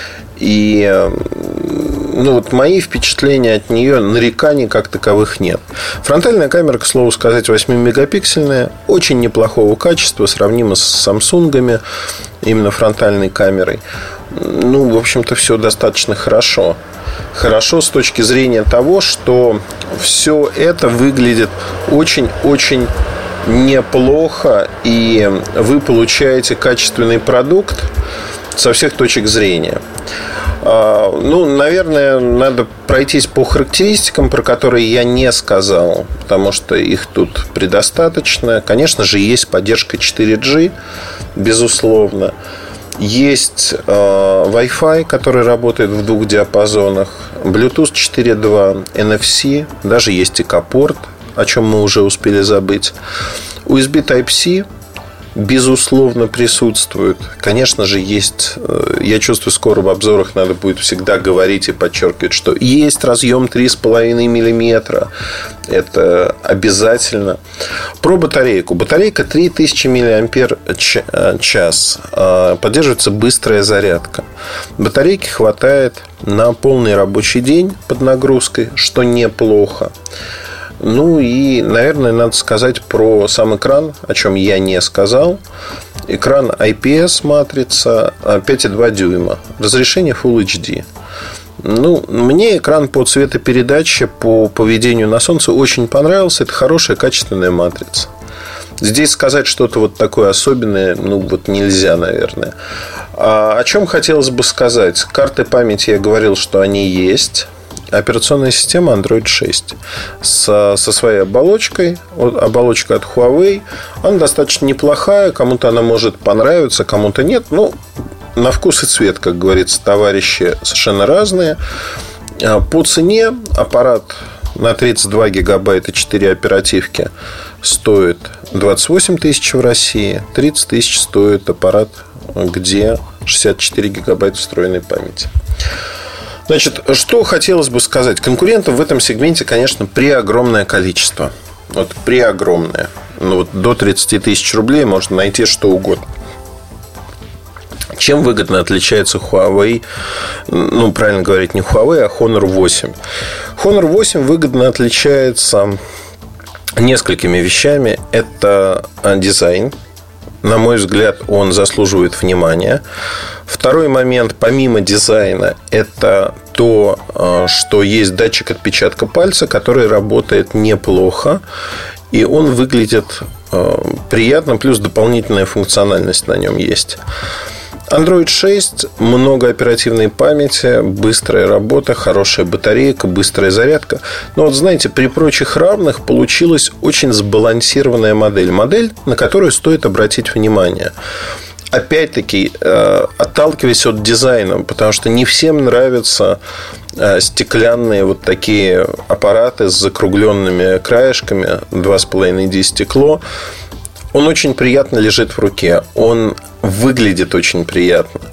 И вот мои впечатления от нее, нареканий как таковых нет. Фронтальная камера, к слову сказать, 8-мегапиксельная, очень неплохого качества, сравнима с Самсунгами, именно фронтальной камерой. В общем-то, все достаточно хорошо. Хорошо с точки зрения того, что все это выглядит очень-очень неплохо, и вы получаете качественный продукт со всех точек зрения. Наверное, надо пройтись по характеристикам, про которые я не сказал, потому что их тут предостаточно. Конечно же, есть поддержка 4G, безусловно. Есть Wi-Fi, который работает в двух диапазонах, Bluetooth 4.2, NFC, даже есть ИК-порт, о чем мы уже успели забыть. USB Type-C, безусловно, присутствует. Конечно же, есть, я чувствую, скоро в обзорах надо будет всегда говорить и подчеркивать, что есть разъем 3,5 мм. Это обязательно. Про батарейку. Батарейка 3000 мАч. Поддерживается быстрая зарядка. Батарейки хватает на полный рабочий день под нагрузкой, что неплохо. И, наверное, надо сказать про сам экран, о чем я не сказал. Экран IPS матрица 5,2 дюйма. Разрешение Full HD. Мне экран по цветопередаче, по поведению на солнце очень понравился. Это хорошая, качественная матрица. Здесь сказать что-то вот такое особенное, нельзя, наверное. О чем хотелось бы сказать? Карты памяти я говорил, что они есть. Операционная система Android 6 со своей оболочкой. Оболочка от Huawei. Она достаточно неплохая. Кому-то она может понравиться, кому-то нет. На вкус и цвет, как говорится, товарищи совершенно разные. По цене аппарат на 32 гигабайта 4 оперативки стоит 28 тысяч в России. 30 тысяч стоит аппарат, где 64 гигабайта встроенной памяти. Значит, что хотелось бы сказать. Конкурентов в этом сегменте, конечно, преогромное количество. Преогромное. До 30 тысяч рублей можно найти что угодно. Чем выгодно отличается Huawei? Правильно говорить, не Huawei, а Honor 8. Honor 8 выгодно отличается несколькими вещами. Это дизайн. На мой взгляд, он заслуживает внимания. Второй момент, помимо дизайна, это то, что есть датчик отпечатка пальца, который работает неплохо. И он выглядит приятно, плюс дополнительная функциональность на нем есть. Android 6, много оперативной памяти, быстрая работа, хорошая батарейка, быстрая зарядка. Но знаете, при прочих равных получилась очень сбалансированная модель. Модель, на которую стоит обратить внимание. Опять-таки, отталкиваясь от дизайна, потому что не всем нравятся стеклянные вот такие аппараты с закругленными краешками, 2,5D стекло. Он очень приятно лежит в руке. Он выглядит очень приятно.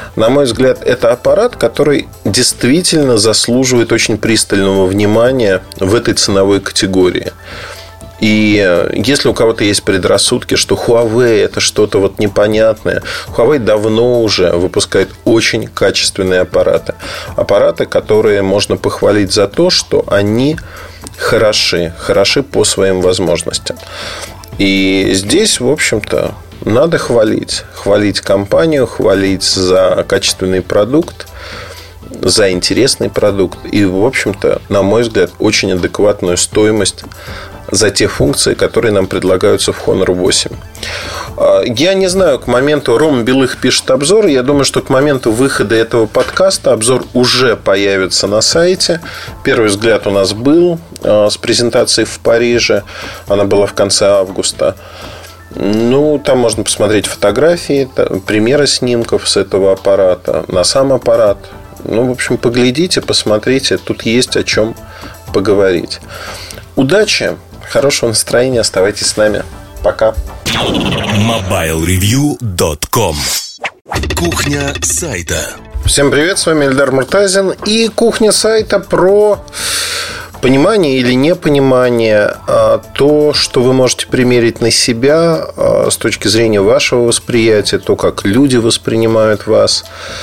На мой взгляд, это аппарат, который действительно заслуживает очень пристального внимания в этой ценовой категории. И если у кого-то есть предрассудки, что Huawei это что-то вот непонятное, Huawei давно уже выпускает очень качественные аппараты. Аппараты, которые можно похвалить за то, что они хороши по своим возможностям. И здесь, в общем-то, надо хвалить. Хвалить компанию, хвалить за качественный продукт, за интересный продукт. И, в общем-то, на мой взгляд, очень адекватную стоимость за те функции, которые нам предлагаются в Honor 8. Я не знаю, к моменту Рома Белых пишет обзор. Я думаю, что к моменту выхода этого подкаста обзор уже появится на сайте. Первый взгляд у нас был с презентацией в Париже. Она была в конце августа. Ну, там можно посмотреть фотографии, примеры снимков с этого аппарата, на сам аппарат. Ну, в общем, поглядите, посмотрите. Тут есть о чем поговорить. Удачи! Хорошего настроения, оставайтесь с нами. Пока. MobileReview.com. Кухня сайта. Всем привет, с вами Эльдар Муртазин. И кухня сайта про понимание или непонимание, то, что вы можете примерить на себя с точки зрения вашего восприятия, то, как люди воспринимают вас.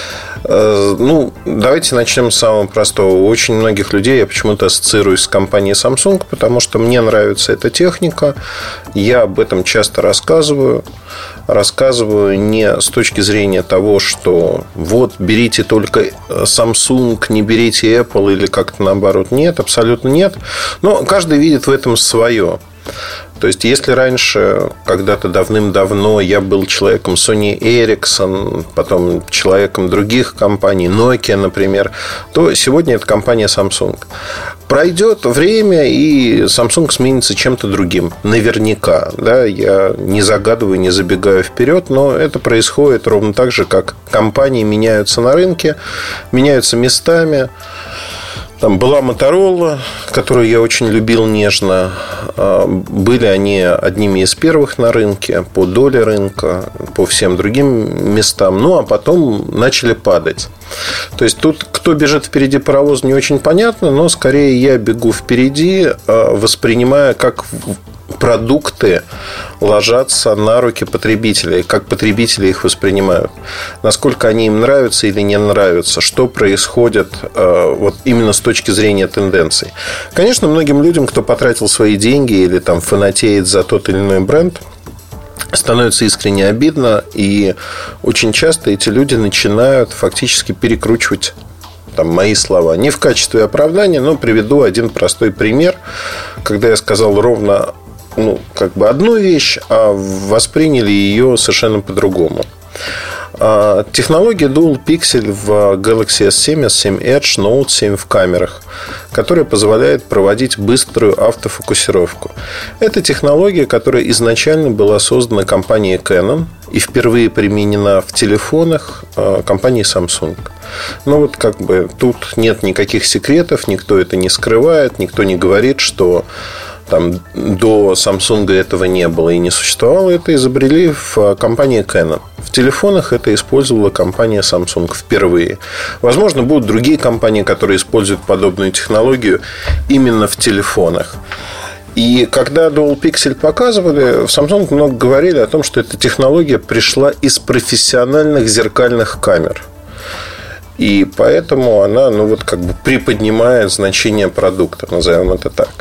Ну, давайте начнем с самого простого. У очень многих людей я почему-то ассоциируюсь с компанией Samsung, потому что мне нравится эта техника. Я об этом часто рассказываю. Рассказываю не с точки зрения того, что вот, берите только Samsung, не берите Apple или как-то наоборот. Нет, абсолютно нет. Но каждый видит в этом свое. То есть, если раньше, когда-то давным-давно я был человеком Sony Ericsson, потом человеком других компаний, Nokia, например, то сегодня это компания Samsung. Пройдет время, и Samsung сменится чем-то другим. Наверняка. Да? Я не загадываю, не забегаю вперед, но это происходит ровно так же, как компании меняются на рынке, меняются местами. Там была Motorola, которую я очень любил нежно. Были они одними из первых на рынке, по доле рынка, по всем другим местам. Ну, а потом начали падать. То есть, тут кто бежит впереди паровоза, не очень понятно. Но скорее я бегу впереди, воспринимая, как продукты ложатся на руки потребителей, как потребители их воспринимают, насколько они им нравятся или не нравятся, что происходит вот именно с точки зрения тенденций. Конечно, многим людям, кто потратил свои деньги или там фанатеет за тот или иной бренд, становится искренне обидно, и очень часто эти люди начинают фактически перекручивать там мои слова. Не в качестве оправдания, но приведу один простой пример, когда я сказал ровно одну вещь, а восприняли ее совершенно по-другому. Технология Dual Pixel в Galaxy S7, S7 Edge, Note 7 в камерах, которая позволяет проводить быструю автофокусировку. Это технология, которая изначально была создана компанией Canon и впервые применена в телефонах компании Samsung. Но вот тут нет никаких секретов, никто это не скрывает, никто не говорит, что там до Samsung этого не было и не существовало. Это изобрели в компании Canon. В телефонах это использовала компания Samsung впервые. Возможно, будут другие компании, которые используют подобную технологию именно в телефонах. И когда Dual Pixel показывали, в Samsung много говорили о том, что эта технология пришла из профессиональных зеркальных камер. И поэтому она приподнимает значение продукта, назовем это так.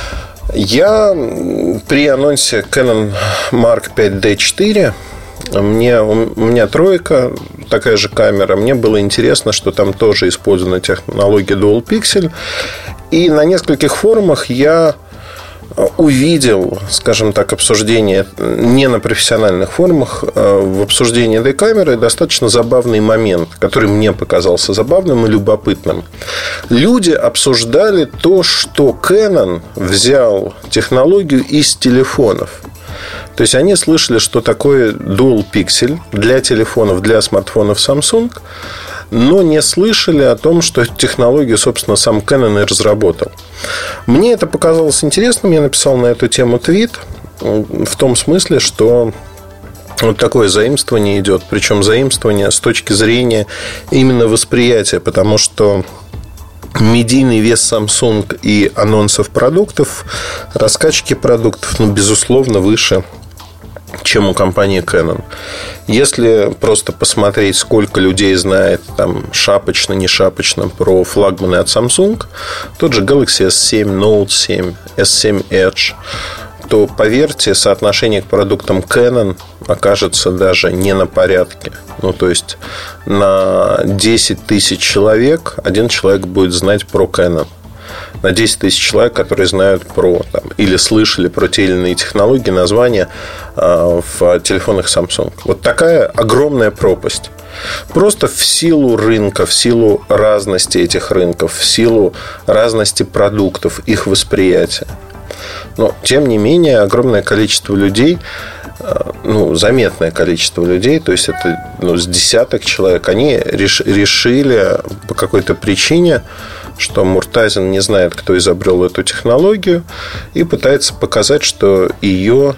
Я при анонсе Canon Mark 5D4, у меня тройка, такая же камера. Мне было интересно, что там тоже использована технология Dual Pixel. И на нескольких форумах я увидел, скажем так, обсуждение, не на профессиональных форумах, в обсуждении этой камеры достаточно забавный момент, который мне показался забавным и любопытным. Люди обсуждали то, что Canon взял технологию из телефонов. То есть они слышали, что такое Dual Pixel для телефонов, для смартфонов Samsung, но не слышали о том, что эту технологию, собственно, сам Canon и разработал. Мне это показалось интересным. Я написал на эту тему твит в том смысле, что Вот такое заимствование идет. Причем заимствование с точки зрения именно восприятия. Потому что медийный вес Samsung и анонсов продуктов, раскачки продуктов, безусловно, выше, чем у компании Canon. Если просто посмотреть, сколько людей знает там шапочно, не шапочно про флагманы от Samsung, тот же Galaxy S7, Note 7, S7 Edge, то, поверьте, соотношение к продуктам Canon окажется даже не на порядке. То есть на 10 тысяч человек один человек будет знать про Canon. На 10 тысяч человек, которые знают про или слышали про те или иные технологии, названия в телефонах Samsung. Вот такая огромная пропасть. Просто в силу рынка, в силу разности этих рынков, в силу разности продуктов, их восприятия. Но, тем не менее, огромное количество людей, заметное количество людей, то есть это с десяток человек, они решили по какой-то причине, что Муртазин не знает, кто изобрел эту технологию, и пытается показать, что ее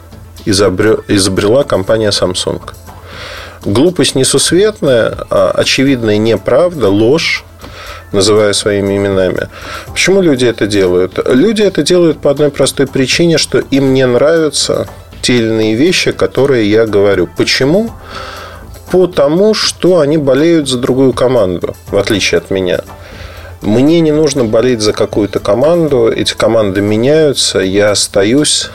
изобрела компания Samsung. Глупость несусветная, очевидная неправда, ложь, называя своими именами. Почему люди это делают? Люди это делают по одной простой причине, что им не нравятся те или иные вещи, которые я говорю. Почему? Потому что они болеют за другую команду, в отличие от меня. Мне не нужно болеть за какую-то команду. Эти команды меняются. Я остаюсь,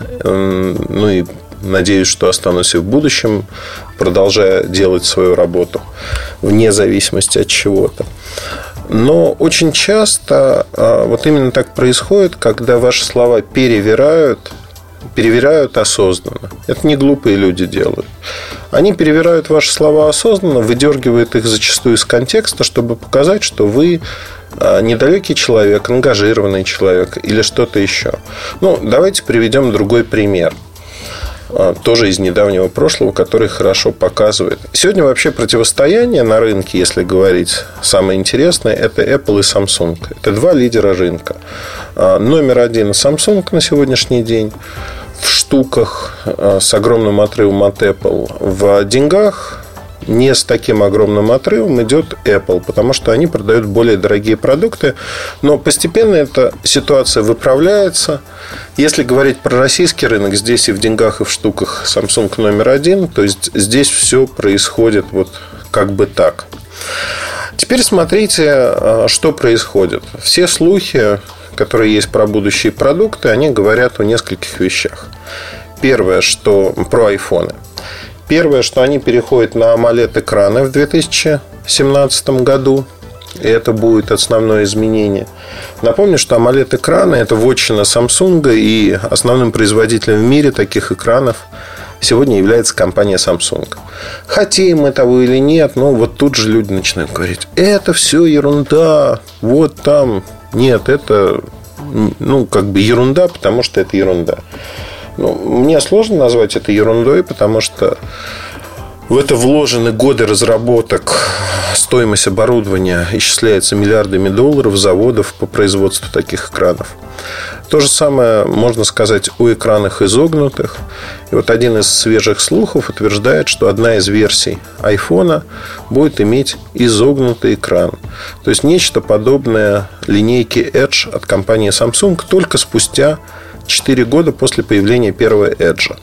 и надеюсь, что останусь и в будущем, продолжая делать свою работу вне зависимости от чего-то. Но очень часто вот именно так происходит, когда ваши слова перевирают осознанно. Это не глупые люди делают. Они перевирают ваши слова осознанно, выдергивают их зачастую из контекста, чтобы показать, что вы недалекий человек, ангажированный человек или что-то еще. Давайте приведем другой пример. Тоже из недавнего прошлого, который хорошо показывает. Сегодня вообще противостояние на рынке, если говорить самое интересное, это Apple и Samsung. Это два лидера рынка. Номер один Samsung на сегодняшний день в штуках с огромным отрывом от Apple. В деньгах не с таким огромным отрывом идет Apple, потому что они продают более дорогие продукты. Но постепенно эта ситуация выправляется. Если говорить про российский рынок, здесь и в деньгах, и в штуках Samsung номер один. То есть здесь все происходит вот как бы так. Теперь смотрите, что происходит. Все слухи, которые есть про будущие продукты, они говорят о нескольких вещах. Первое, что про айфоны. Первое, что они переходят на AMOLED-экраны в 2017 году. И это будет основное изменение. Напомню, что AMOLED-экраны – это вотчина Samsung. И основным производителем в мире таких экранов сегодня является компания Samsung. Хотим мы того или нет, вот тут же люди начинают говорить: это все ерунда. Вот там. Нет, это ерунда, потому что это ерунда. Мне сложно назвать это ерундой, потому что в это вложены годы разработок. Стоимость оборудования исчисляется миллиардами долларов, заводов по производству таких экранов. То же самое можно сказать о экранах изогнутых. И вот один из свежих слухов утверждает, что одна из версий iPhone будет иметь изогнутый экран. То есть нечто подобное линейке Edge от компании Samsung только спустя 4 года после появления первого Edge.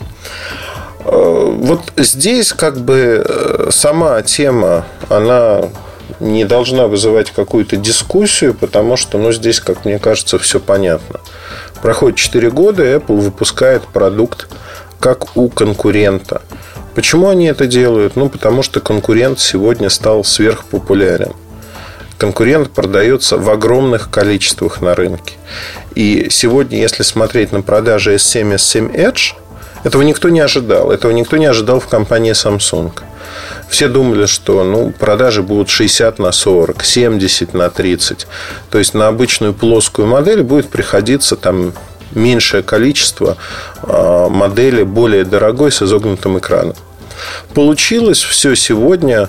Вот здесь сама тема, она не должна вызывать какую-то дискуссию, потому что здесь, как мне кажется, все понятно. Проходит 4 года, и Apple выпускает продукт как у конкурента. Почему они это делают? Потому что конкурент сегодня стал сверхпопулярен. Конкурент продается в огромных количествах на рынке. И сегодня, если смотреть на продажи S7, S7 Edge, этого никто не ожидал. Этого никто не ожидал в компании Samsung. Все думали, что продажи будут 60 на 40, 70 на 30. То есть на обычную плоскую модель будет приходиться меньшее количество модели более дорогой с изогнутым экраном. Получилось все сегодня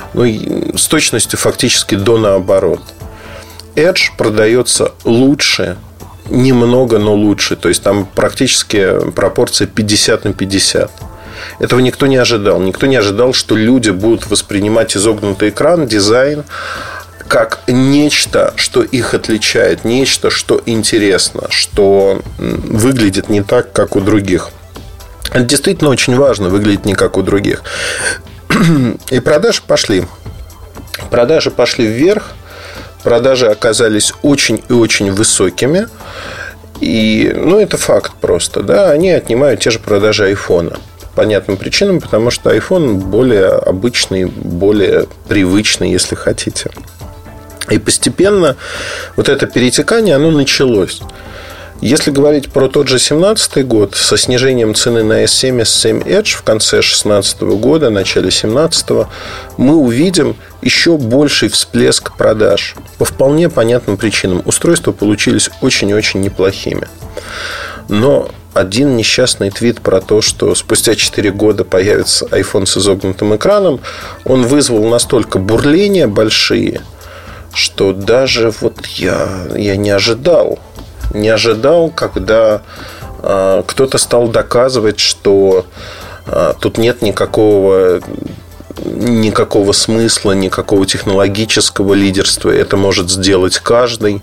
с точностью фактически до наоборот. Edge продается лучше, немного, но лучше. То есть там практически пропорция 50 на 50. Этого никто не ожидал. Никто не ожидал, что люди будут воспринимать изогнутый экран, дизайн, как нечто, что их отличает, нечто, что интересно, что выглядит не так, как у других. Это действительно очень важно, выглядит не как у других. И продажи пошли. Продажи пошли вверх. Продажи оказались очень и очень высокими. И, это факт просто. Да, они отнимают те же продажи айфона. По понятным причинам, потому что iPhone более обычный, более привычный, если хотите. И постепенно вот это перетекание, оно началось. Если говорить про тот же 2017 год, со снижением цены на S7, S7 Edge в конце 2016 года, начале 2017, мы увидим еще больший всплеск продаж. По вполне понятным причинам. Устройства получились очень и очень неплохими. Но один несчастный твит про то, что спустя 4 года появится iPhone с изогнутым экраном, он вызвал настолько бурления большие, что даже я не ожидал. Не ожидал, когда кто-то стал доказывать, что тут нет никакого смысла, никакого технологического лидерства. Это может сделать каждый.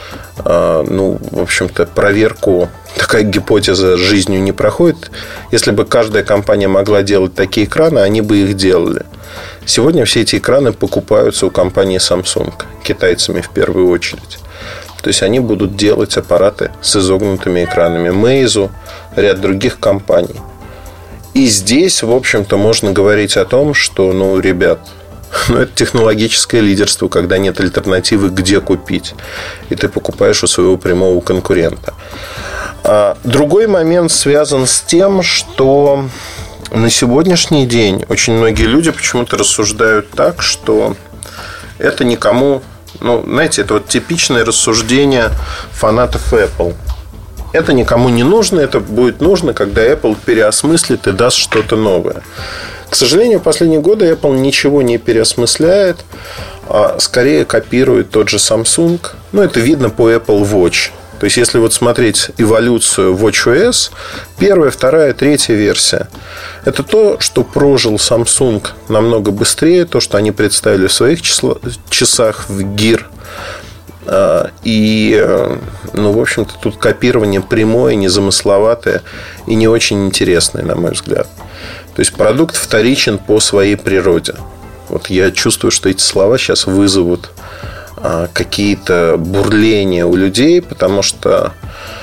В общем-то, проверку такая гипотеза жизнью не проходит. Если бы каждая компания могла делать такие экраны, они бы их делали. Сегодня все эти экраны покупаются у компании Samsung, китайцами в первую очередь. То есть они будут делать аппараты с изогнутыми экранами. Meizu, ряд других компаний. И здесь, в общем-то, можно говорить о том, что, ребят, это технологическое лидерство, когда нет альтернативы, где купить. И ты покупаешь у своего прямого конкурента. Другой момент связан с тем, что на сегодняшний день очень многие люди почему-то рассуждают так, что это никому... знаете, это типичное рассуждение фанатов Apple. Это никому не нужно, это будет нужно, когда Apple переосмыслит и даст что-то новое. К сожалению, в последние годы Apple ничего не переосмысляет, а скорее копирует тот же Samsung. Это видно по Apple Watch. То есть, если смотреть эволюцию WatchOS, первая, вторая, третья версия, это то, что прожил Samsung намного быстрее, то, что они представили в своих часах в Gear. И, в общем-то, тут копирование прямое, незамысловатое и не очень интересное, на мой взгляд. То есть, продукт вторичен по своей природе. Я чувствую, что эти слова сейчас вызовут какие-то бурления у людей, потому что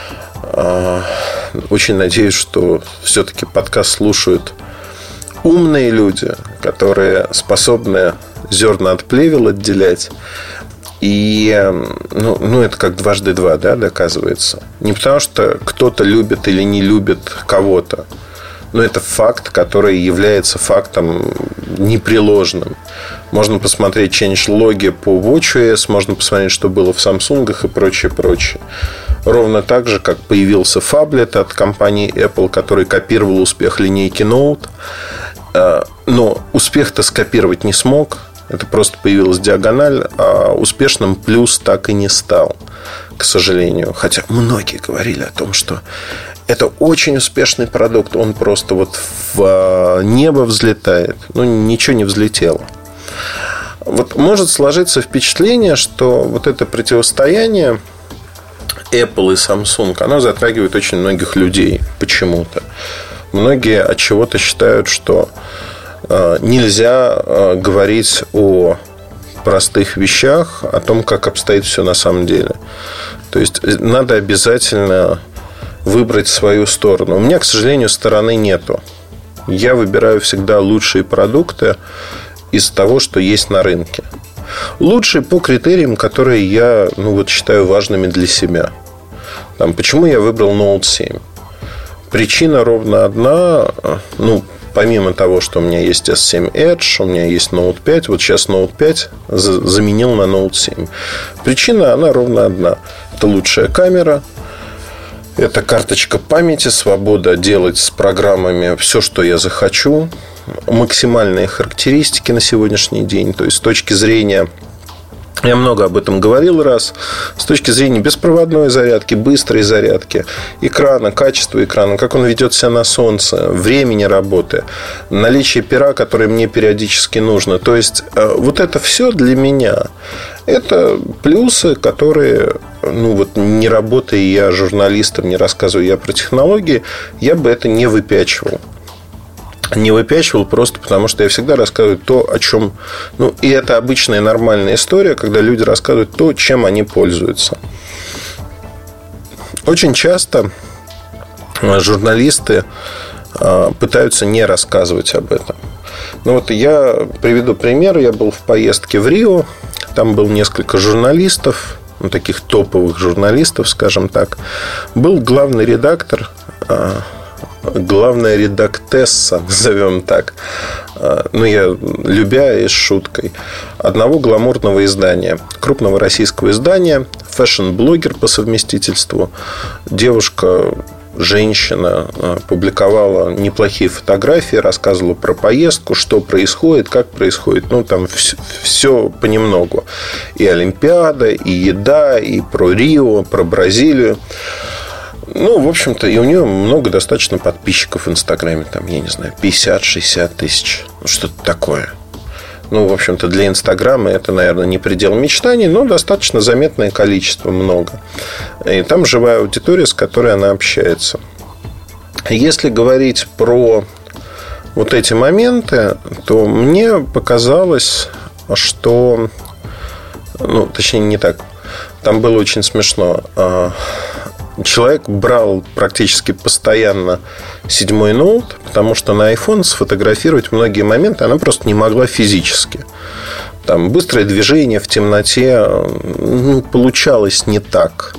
очень надеюсь, что все-таки подкаст слушают умные люди, которые способны зерна от плевел отделять. И это как 2 × 2, да, доказывается. Не потому что кто-то любит или не любит кого-то, но это факт, который является фактом непреложным. Можно посмотреть changelog по WatchOS, можно посмотреть, что было в Samsung и прочее. Ровно так же, как появился Phablet от компании Apple, который копировал успех линейки Note. Но успех-то скопировать не смог. Это просто появилась диагональ, а успешным плюс так и не стал, к сожалению. Хотя многие говорили о том, что это очень успешный продукт. Он просто в небо взлетает. Ничего не взлетело. Может сложиться впечатление, что это противостояние Apple и Samsung, оно затрагивает очень многих людей почему-то. Многие от чего-то считают, что нельзя говорить о простых вещах, о том, как обстоит все на самом деле. То есть надо обязательно выбрать свою сторону. У меня, к сожалению, стороны нету. Я выбираю всегда лучшие продукты из того, что есть на рынке. Лучшие по критериям, которые я считаю важными для себя. Почему я выбрал Note 7? Причина ровно одна. Помимо того, что у меня есть S7 Edge, у меня есть Note 5. Сейчас Note 5 заменил на Note 7. Причина, она ровно одна. Это лучшая камера. Это карточка памяти, свобода делать с программами все, что я захочу. Максимальные характеристики на сегодняшний день. То есть, с точки зрения Я много об этом говорил раз. С точки зрения беспроводной зарядки, быстрой зарядки, экрана, качества экрана, как он ведет себя на солнце, времени работы, наличие пера, которое мне периодически нужно. То есть, вот это все для меня это плюсы, которые, не работая я журналистом, не рассказывая я про технологии, я бы это не выпячивал. Не выпячивал просто потому, что я всегда рассказываю то, о чем... и это обычная нормальная история, когда люди рассказывают то, чем они пользуются. Очень часто журналисты пытаются не рассказывать об этом. Я приведу пример. Я был в поездке в Рио. Там был несколько журналистов, таких топовых журналистов, скажем так. Был главный редактор... главная редактесса, назовем так, я любя и с шуткой, одного гламурного издания, крупного российского издания, фэшн-блогер по совместительству. Девушка, женщина, публиковала неплохие фотографии, рассказывала про поездку, что происходит, как происходит. Там все понемногу. И Олимпиада, и еда, и про Рио, про Бразилию. В общем-то, и у нее много достаточно подписчиков в Инстаграме. Там, я не знаю, 50-60 тысяч. Что-то такое. В общем-то, для Инстаграма это, наверное, не предел мечтаний, но достаточно заметное количество, много. И там живая аудитория, с которой она общается. Если говорить про вот эти моменты, то мне показалось, что... точнее, не так. Там было очень смешно. Человек брал практически постоянно 7-й ноут, потому что на iPhone сфотографировать многие моменты она просто не могла физически. Там быстрое движение в темноте получалось не так.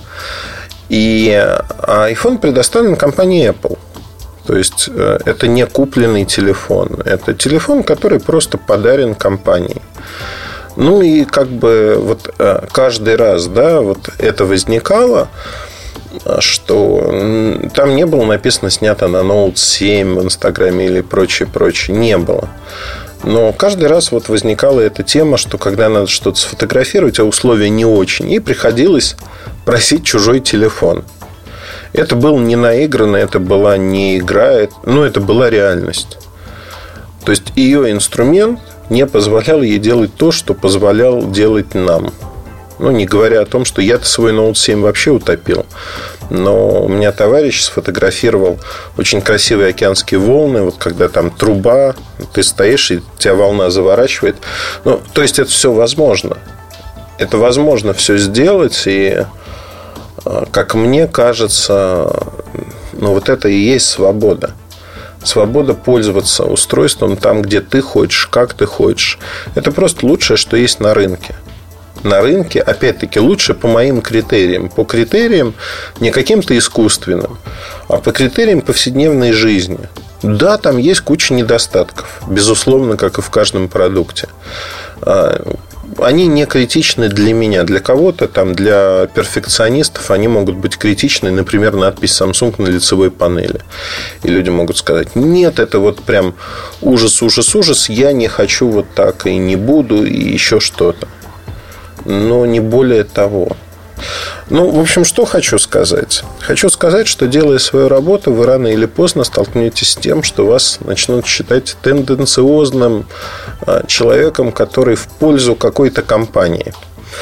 А iPhone предоставлен компанией Apple. То есть, это не купленный телефон. Это телефон, который просто подарен компанией. И каждый раз, это возникало, что там не было написано «снято на Note 7» в Инстаграме или прочее. Не было. Но каждый раз возникала эта тема, что когда надо что-то сфотографировать, а условия не очень, и приходилось просить чужой телефон. Это было не наигранно, это была не игра, это была реальность. То есть, ее инструмент не позволял ей делать то, что позволял делать нам. Не говоря о том, что я-то свой Note 7 вообще утопил. Но у меня товарищ сфотографировал очень красивые океанские волны. Когда там труба, ты стоишь, и тебя волна заворачивает. То есть, это все возможно. Это возможно все сделать. И, как мне кажется, это и есть свобода. Свобода пользоваться устройством там, где ты хочешь, как ты хочешь. Это просто лучшее, что есть на рынке. На рынке, опять-таки, лучше по моим критериям. По критериям не каким-то искусственным, а по критериям повседневной жизни. Да, там есть куча недостатков, безусловно, как и в каждом продукте. Они не критичны для меня. Для кого-то, для перфекционистов, они могут быть критичны. Например, надпись Samsung на лицевой панели. И люди могут сказать: нет, это прям ужас, ужас, ужас. Я не хочу так и не буду, и еще что-то. Но не более того. В общем, что хочу сказать? Хочу сказать, что, делая свою работу, вы рано или поздно столкнетесь с тем, что вас начнут считать тенденциозным человеком, который в пользу какой-то компании.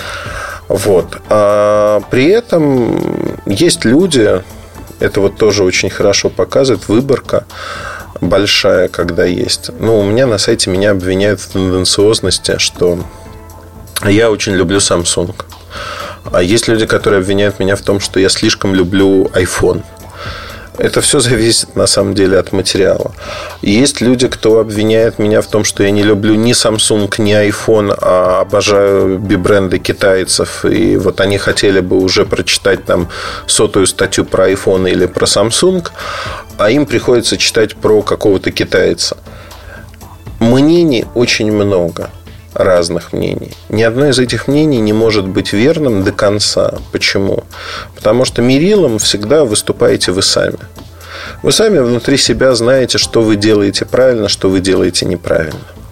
А при этом есть люди, это тоже очень хорошо показывает, выборка большая, когда есть. У меня на сайте меня обвиняют в тенденциозности, что я очень люблю Samsung. А есть люди, которые обвиняют меня в том, что я слишком люблю iPhone. Это все зависит, на самом деле, от материала. Есть люди, кто обвиняет меня в том, что я не люблю ни Samsung, ни iPhone, а обожаю би-бренды китайцев. И они хотели бы уже прочитать 100-ю статью про iPhone или про Samsung, а им приходится читать про какого-то китайца. Мнений очень много. Разных мнений. Ни одно из этих мнений не может быть верным до конца. Почему? Потому что мерилом всегда выступаете вы сами. Вы сами внутри себя знаете, что вы делаете правильно, что вы делаете неправильно.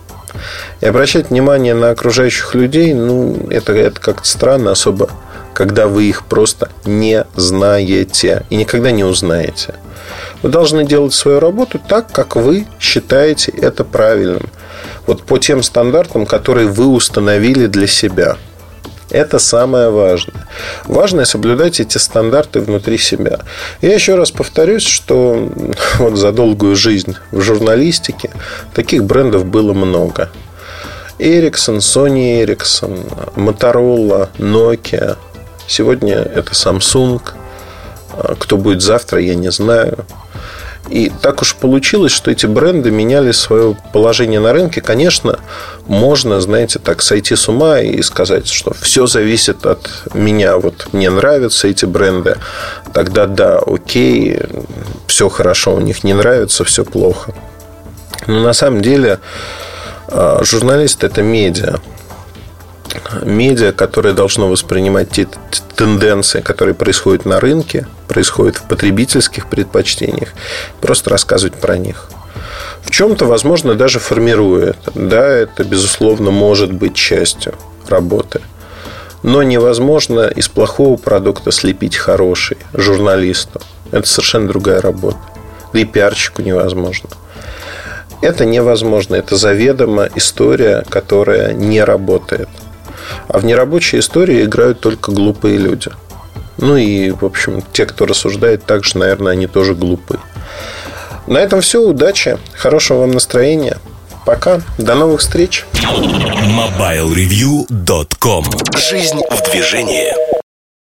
И обращать внимание на окружающих людей, это как-то странно, особо, когда вы их просто не знаете и никогда не узнаете. Вы должны делать свою работу так, как вы считаете это правильным. Вот по тем стандартам, которые вы установили для себя. Это самое важное. Важно соблюдать эти стандарты внутри себя. Я еще раз повторюсь, что вот за долгую жизнь в журналистике таких брендов было много. Ericsson, Sony Ericsson, Motorola, Nokia. Сегодня это Samsung. Кто будет завтра, я не знаю. И так уж получилось, что эти бренды меняли свое положение на рынке. Конечно, можно, знаете, так сойти с ума и сказать, что все зависит от меня. Вот мне нравятся эти бренды, тогда да, окей, все хорошо, у них не нравится, все плохо. Но на самом деле журналист – это медиа. Медиа, которое должно воспринимать те тенденции, которые происходят на рынке, происходят в потребительских предпочтениях, просто рассказывать про них. В чем-то, возможно, даже формируя это. Да, это, безусловно, может быть частью работы. Но невозможно из плохого продукта слепить хороший журналисту. Это совершенно другая работа. Да и пиарщику невозможно. Это невозможно. Это заведомо история, которая не работает. А в нерабочей истории играют только глупые люди. И, в общем, те, кто рассуждает так же, наверное, они тоже глупые. На этом все. Удачи. Хорошего вам настроения. Пока. До новых встреч. MobileReview.com. Жизнь в движении.